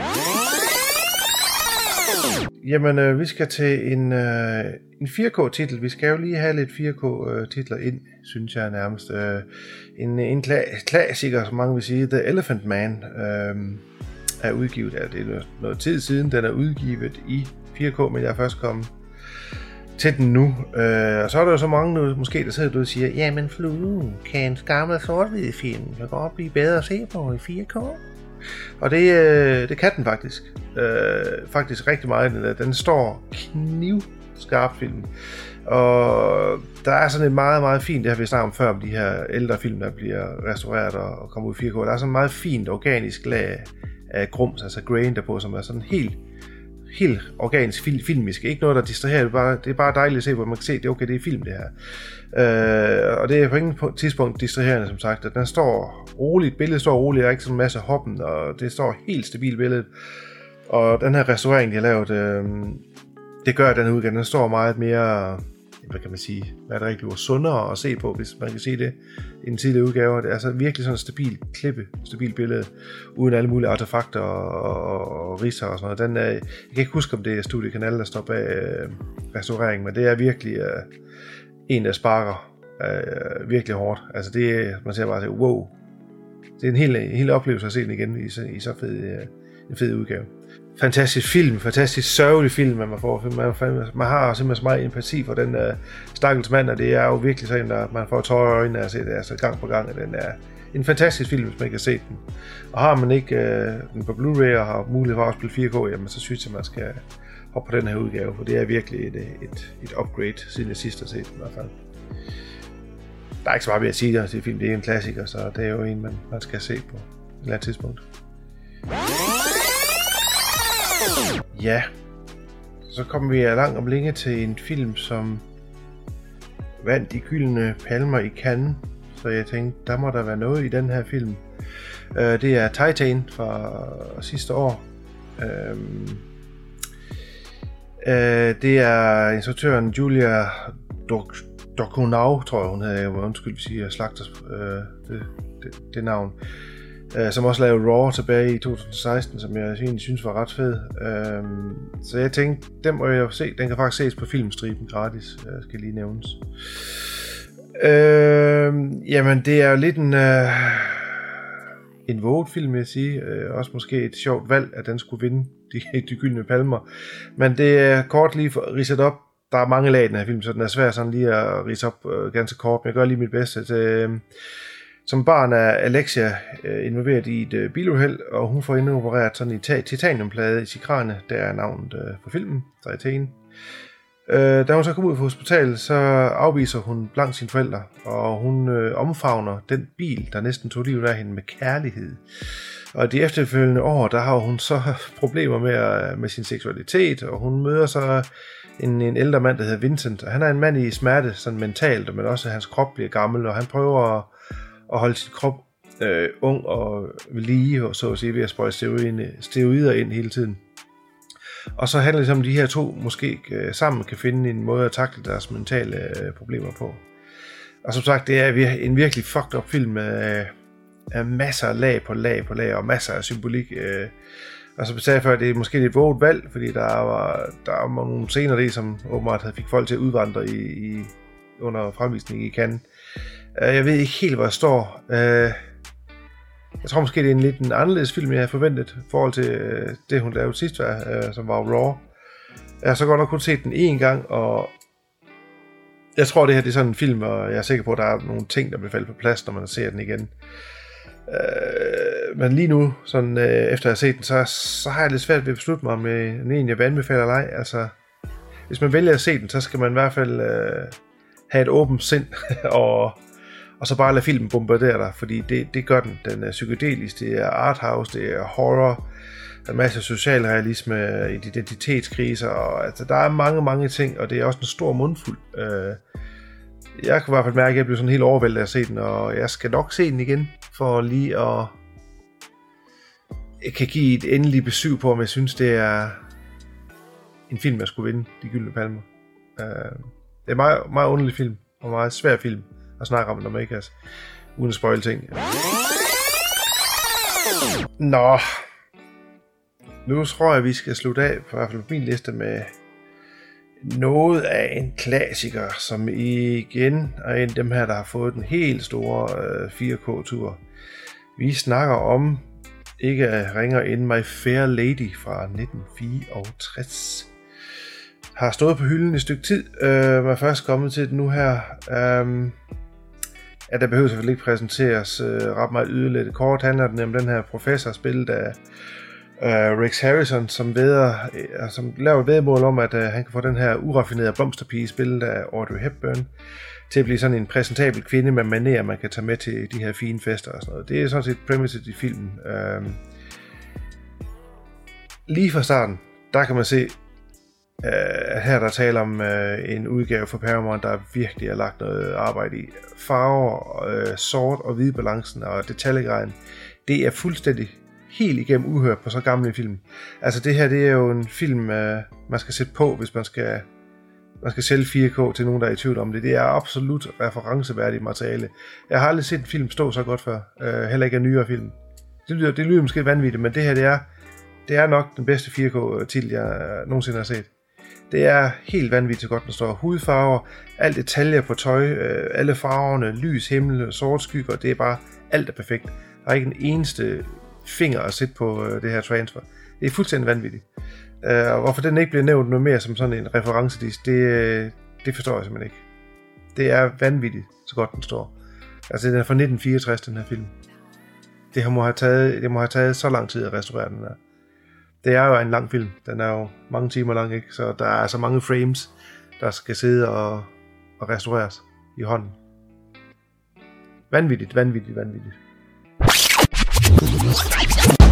Jamen, øh, vi skal til en, øh, en fire K-titel. Vi skal jo lige have lidt fire K-titler ind, synes jeg nærmest. Øh, en en kla- klassiker, som mange vil sige, The Elephant Man, øh, er udgivet af. Det er noget, noget tid siden, den er udgivet i fire K, men jeg er først kommet til den nu. Øh, og så er der jo så mange nu, måske, der sidder du og siger, jamen Flue, kan en gammel sort-hvid film kan godt blive bedre at se på i fire K? Og det, øh, det kan den faktisk. Øh, faktisk rigtig meget. Den står knivskarp film. Og der er sådan et meget, meget fint, det har vi snakket om før, om de her ældre film, der bliver restaureret og, og kommer ud i fire K. Der er sådan et meget fint organisk lag af grums, altså grain derpå, som er sådan helt, helt organisk film, filmisk. Ikke noget, der distraherer. Det er bare, det er bare dejligt at se, hvor man kan se, det er okay, det er film, det her. Øh, og det er på ingen tidspunkt distraherende, som sagt. At den står roligt, billedet står roligt, der er ikke sådan en masse hoppen, og det står helt stabilt billedet. Og den her restaurering, de har lavet, øh, det gør, at den her udgave, den står meget mere, hvad kan man sige, hvad er det rigtig, sundere at se på, hvis man kan se det i en tidligere udgave. Det er altså virkelig sådan en stabil klippe, stabil billede, uden alle mulige artefakter og, og, og ridser og sådan noget. Den er, jeg kan ikke huske, om det er Studio Canal, der står bag øh, restaureringen, men det er virkelig øh, en, der sparker øh, virkelig hårdt. Altså det, man ser bare til, wow, det er en hel, en hel oplevelse at se den igen i, i så fed, øh, en fed udgave. Fantastisk film, fantastisk sørgelig film, man får. Man, man har simpelthen så meget empati for den uh, stakkels mand, og det er jo virkelig sådan, at man får tårer i øjnene at se det, altså gang på gang, at den er en fantastisk film, hvis man kan se den. Og har man ikke uh, den på Blu-ray og har mulighed for at spille fire K, jamen så synes jeg, man skal hoppe på den her udgave, for det er virkelig et, et, et upgrade, siden jeg sidst har set den i hvert fald. Der er ikke så meget ved at sige, at det film det er en klassiker, så det er jo en, man, man skal se på et eller andet tidspunkt. Ja, så kommer vi langt om længe til en film, som vandt de gyldne palmer i Cannes, så jeg tænkte, der må der være noget i den her film. Uh, det er Titan fra sidste år. Uh, uh, det er instruktøren Julia Ducournau, tror jeg hun hedder, jeg må undskylde, hvis jeg slagter uh, det, det, det navn. Uh, som også lavede Raw tilbage i to tusind og seksten, som jeg egentlig synes var ret fed. Uh, så jeg tænkte, den må jeg se. Den kan faktisk ses på Filmstriben gratis, uh, skal lige nævnes. Uh, jamen, det er jo lidt en, uh, en våget film, vil jeg sige. Uh, også måske et sjovt valg, at den skulle vinde de, de gyldne palmer. Men det er kort lige for ridset op. Der er mange lag i den her film, så den er svær sådan lige at ridse op uh, ganske kort. Men jeg gør lige mit bedste til... Uh, Som barn er Alexia øh, involveret i et øh, biluheld, og hun får indopereret sådan en titaniumplade i sit kranie, der er navnet øh, på filmen, Titan. Øh, da hun så kommer ud fra hospitalet, så afviser hun blankt sine forældre, og hun øh, omfavner den bil, der næsten tog livet af hende med kærlighed. Og de efterfølgende år, der har hun så problemer med, med sin seksualitet, og hun møder så en, en ældre mand, der hedder Vincent, og han er en mand i smerte, sådan mentalt, men også hans krop bliver gammel, og han prøver at, at holde sin krop øh, ung og lige, og så at sige, ved at sprøjte steroider, steroider ind hele tiden. Og så handler det om, at de her to måske øh, sammen kan finde en måde at takle deres mentale øh, problemer på. Og som sagt, det er en virkelig fucked up film med øh, masser af lag på lag på lag, og masser af symbolik. Øh. Og som jeg sagde før, det er måske lidt våget valg, fordi der var, der var nogle scener der, som åbenbart havde fik folk til at udvandre i, i, under fremvisningen i Cannes. Øh, jeg ved ikke helt, hvor jeg står. Øh, Jeg tror måske, det er en lidt en anderledes film, jeg havde forventet, i forhold til øh, det, hun lavede sidst, øh, som var Raw. Jeg har så godt nok kun set den én gang, og jeg tror, det her det er sådan en film, og jeg er sikker på, at der er nogle ting, der bliver faldet på plads, når man ser den igen. Øh, men lige nu, sådan, øh, efter jeg har set den, så, så har jeg lidt svært ved at beslutte mig, om den en, jeg vil anbefale eller ej. Altså, hvis man vælger at se den, så skal man i hvert fald øh, have et åbent sind, og Og så bare lade filmen bombardere dig, fordi det, det gør den. Den er psykedelisk, det er arthouse, det er horror, der er en masse socialrealisme, identitetskriser, og altså, der er mange, mange ting, og det er også en stor mundfuld. Jeg kan i hvert fald mærke, at jeg bliver sådan helt overvældet af at se den, og jeg skal nok se den igen, for lige at jeg kan give et endeligt besøg på, om jeg synes, det er en film, jeg skulle vinde de gyldne palmer. Det er en meget, meget underlig film, og meget svær film at snakke om, når man ikke er uden at spoil ting. Nå. Nu tror jeg, vi skal slutte af, på hvert fald på min liste, med noget af en klassiker, som igen er en af dem her, der har fået den helt store øh, fire K-tur. Vi snakker om ikke ringer end My Fair Lady fra nitten fireogtres. Har stået på hylden et stykke tid, øh, var først kommet til det nu her. Øh, Ja, der behøver selvfølgelig ikke præsenteres øh, ret meget yderligere. Kort handler den om den her professor, spillet af øh, Rex Harrison, som, væder, øh, som laver et væddemål om, at øh, han kan få den her uraffinerede blomsterpige, spillet af Audrey Hepburn, til at blive sådan en præsentabel kvinde med manér, man kan tage med til de her fine fester og sådan noget. Det er sådan set premisset i filmen. Øh, lige fra starten, der kan man se, Uh, her der taler om uh, en udgave for Paramount, der virkelig har lagt noget arbejde i. Farver, uh, sort og hvid balancen og detaljegraden, det er fuldstændig helt igennem uhørt på så gamle film. Altså det her, det er jo en film, uh, man skal sætte på, hvis man skal, man skal sælge fire K til nogen, der er i tvivl om det. Det er absolut referenceværdigt materiale. Jeg har aldrig set en film stå så godt før, uh, heller ikke en nyere film. Det lyder, det lyder måske vanvittigt, men det her, det er, det er nok den bedste fire K-titel, jeg nogensinde har set. Det er helt vanvittigt godt, der står hudfarver, alle detaljer på tøj, øh, alle farverne, lys, himmel, sort skygger, det er bare, alt er perfekt. Der er ikke en eneste finger at sætte på øh, det her transfer. Det er fuldstændig vanvittigt. Øh, og hvorfor den ikke bliver nævnt noget mere som sådan en referencedisk, det, det forstår jeg simpelthen ikke. Det er vanvittigt, så godt den står. Altså den er fra nitten fireogtres, den her film. Det må have taget, det må have taget så lang tid at restaurere den her. Det er jo en lang film. Den er jo mange timer lang, ikke? Så der er så mange frames, der skal sidde og, og restaureres i hånden. Vanvittigt, vanvittigt, vanvittigt.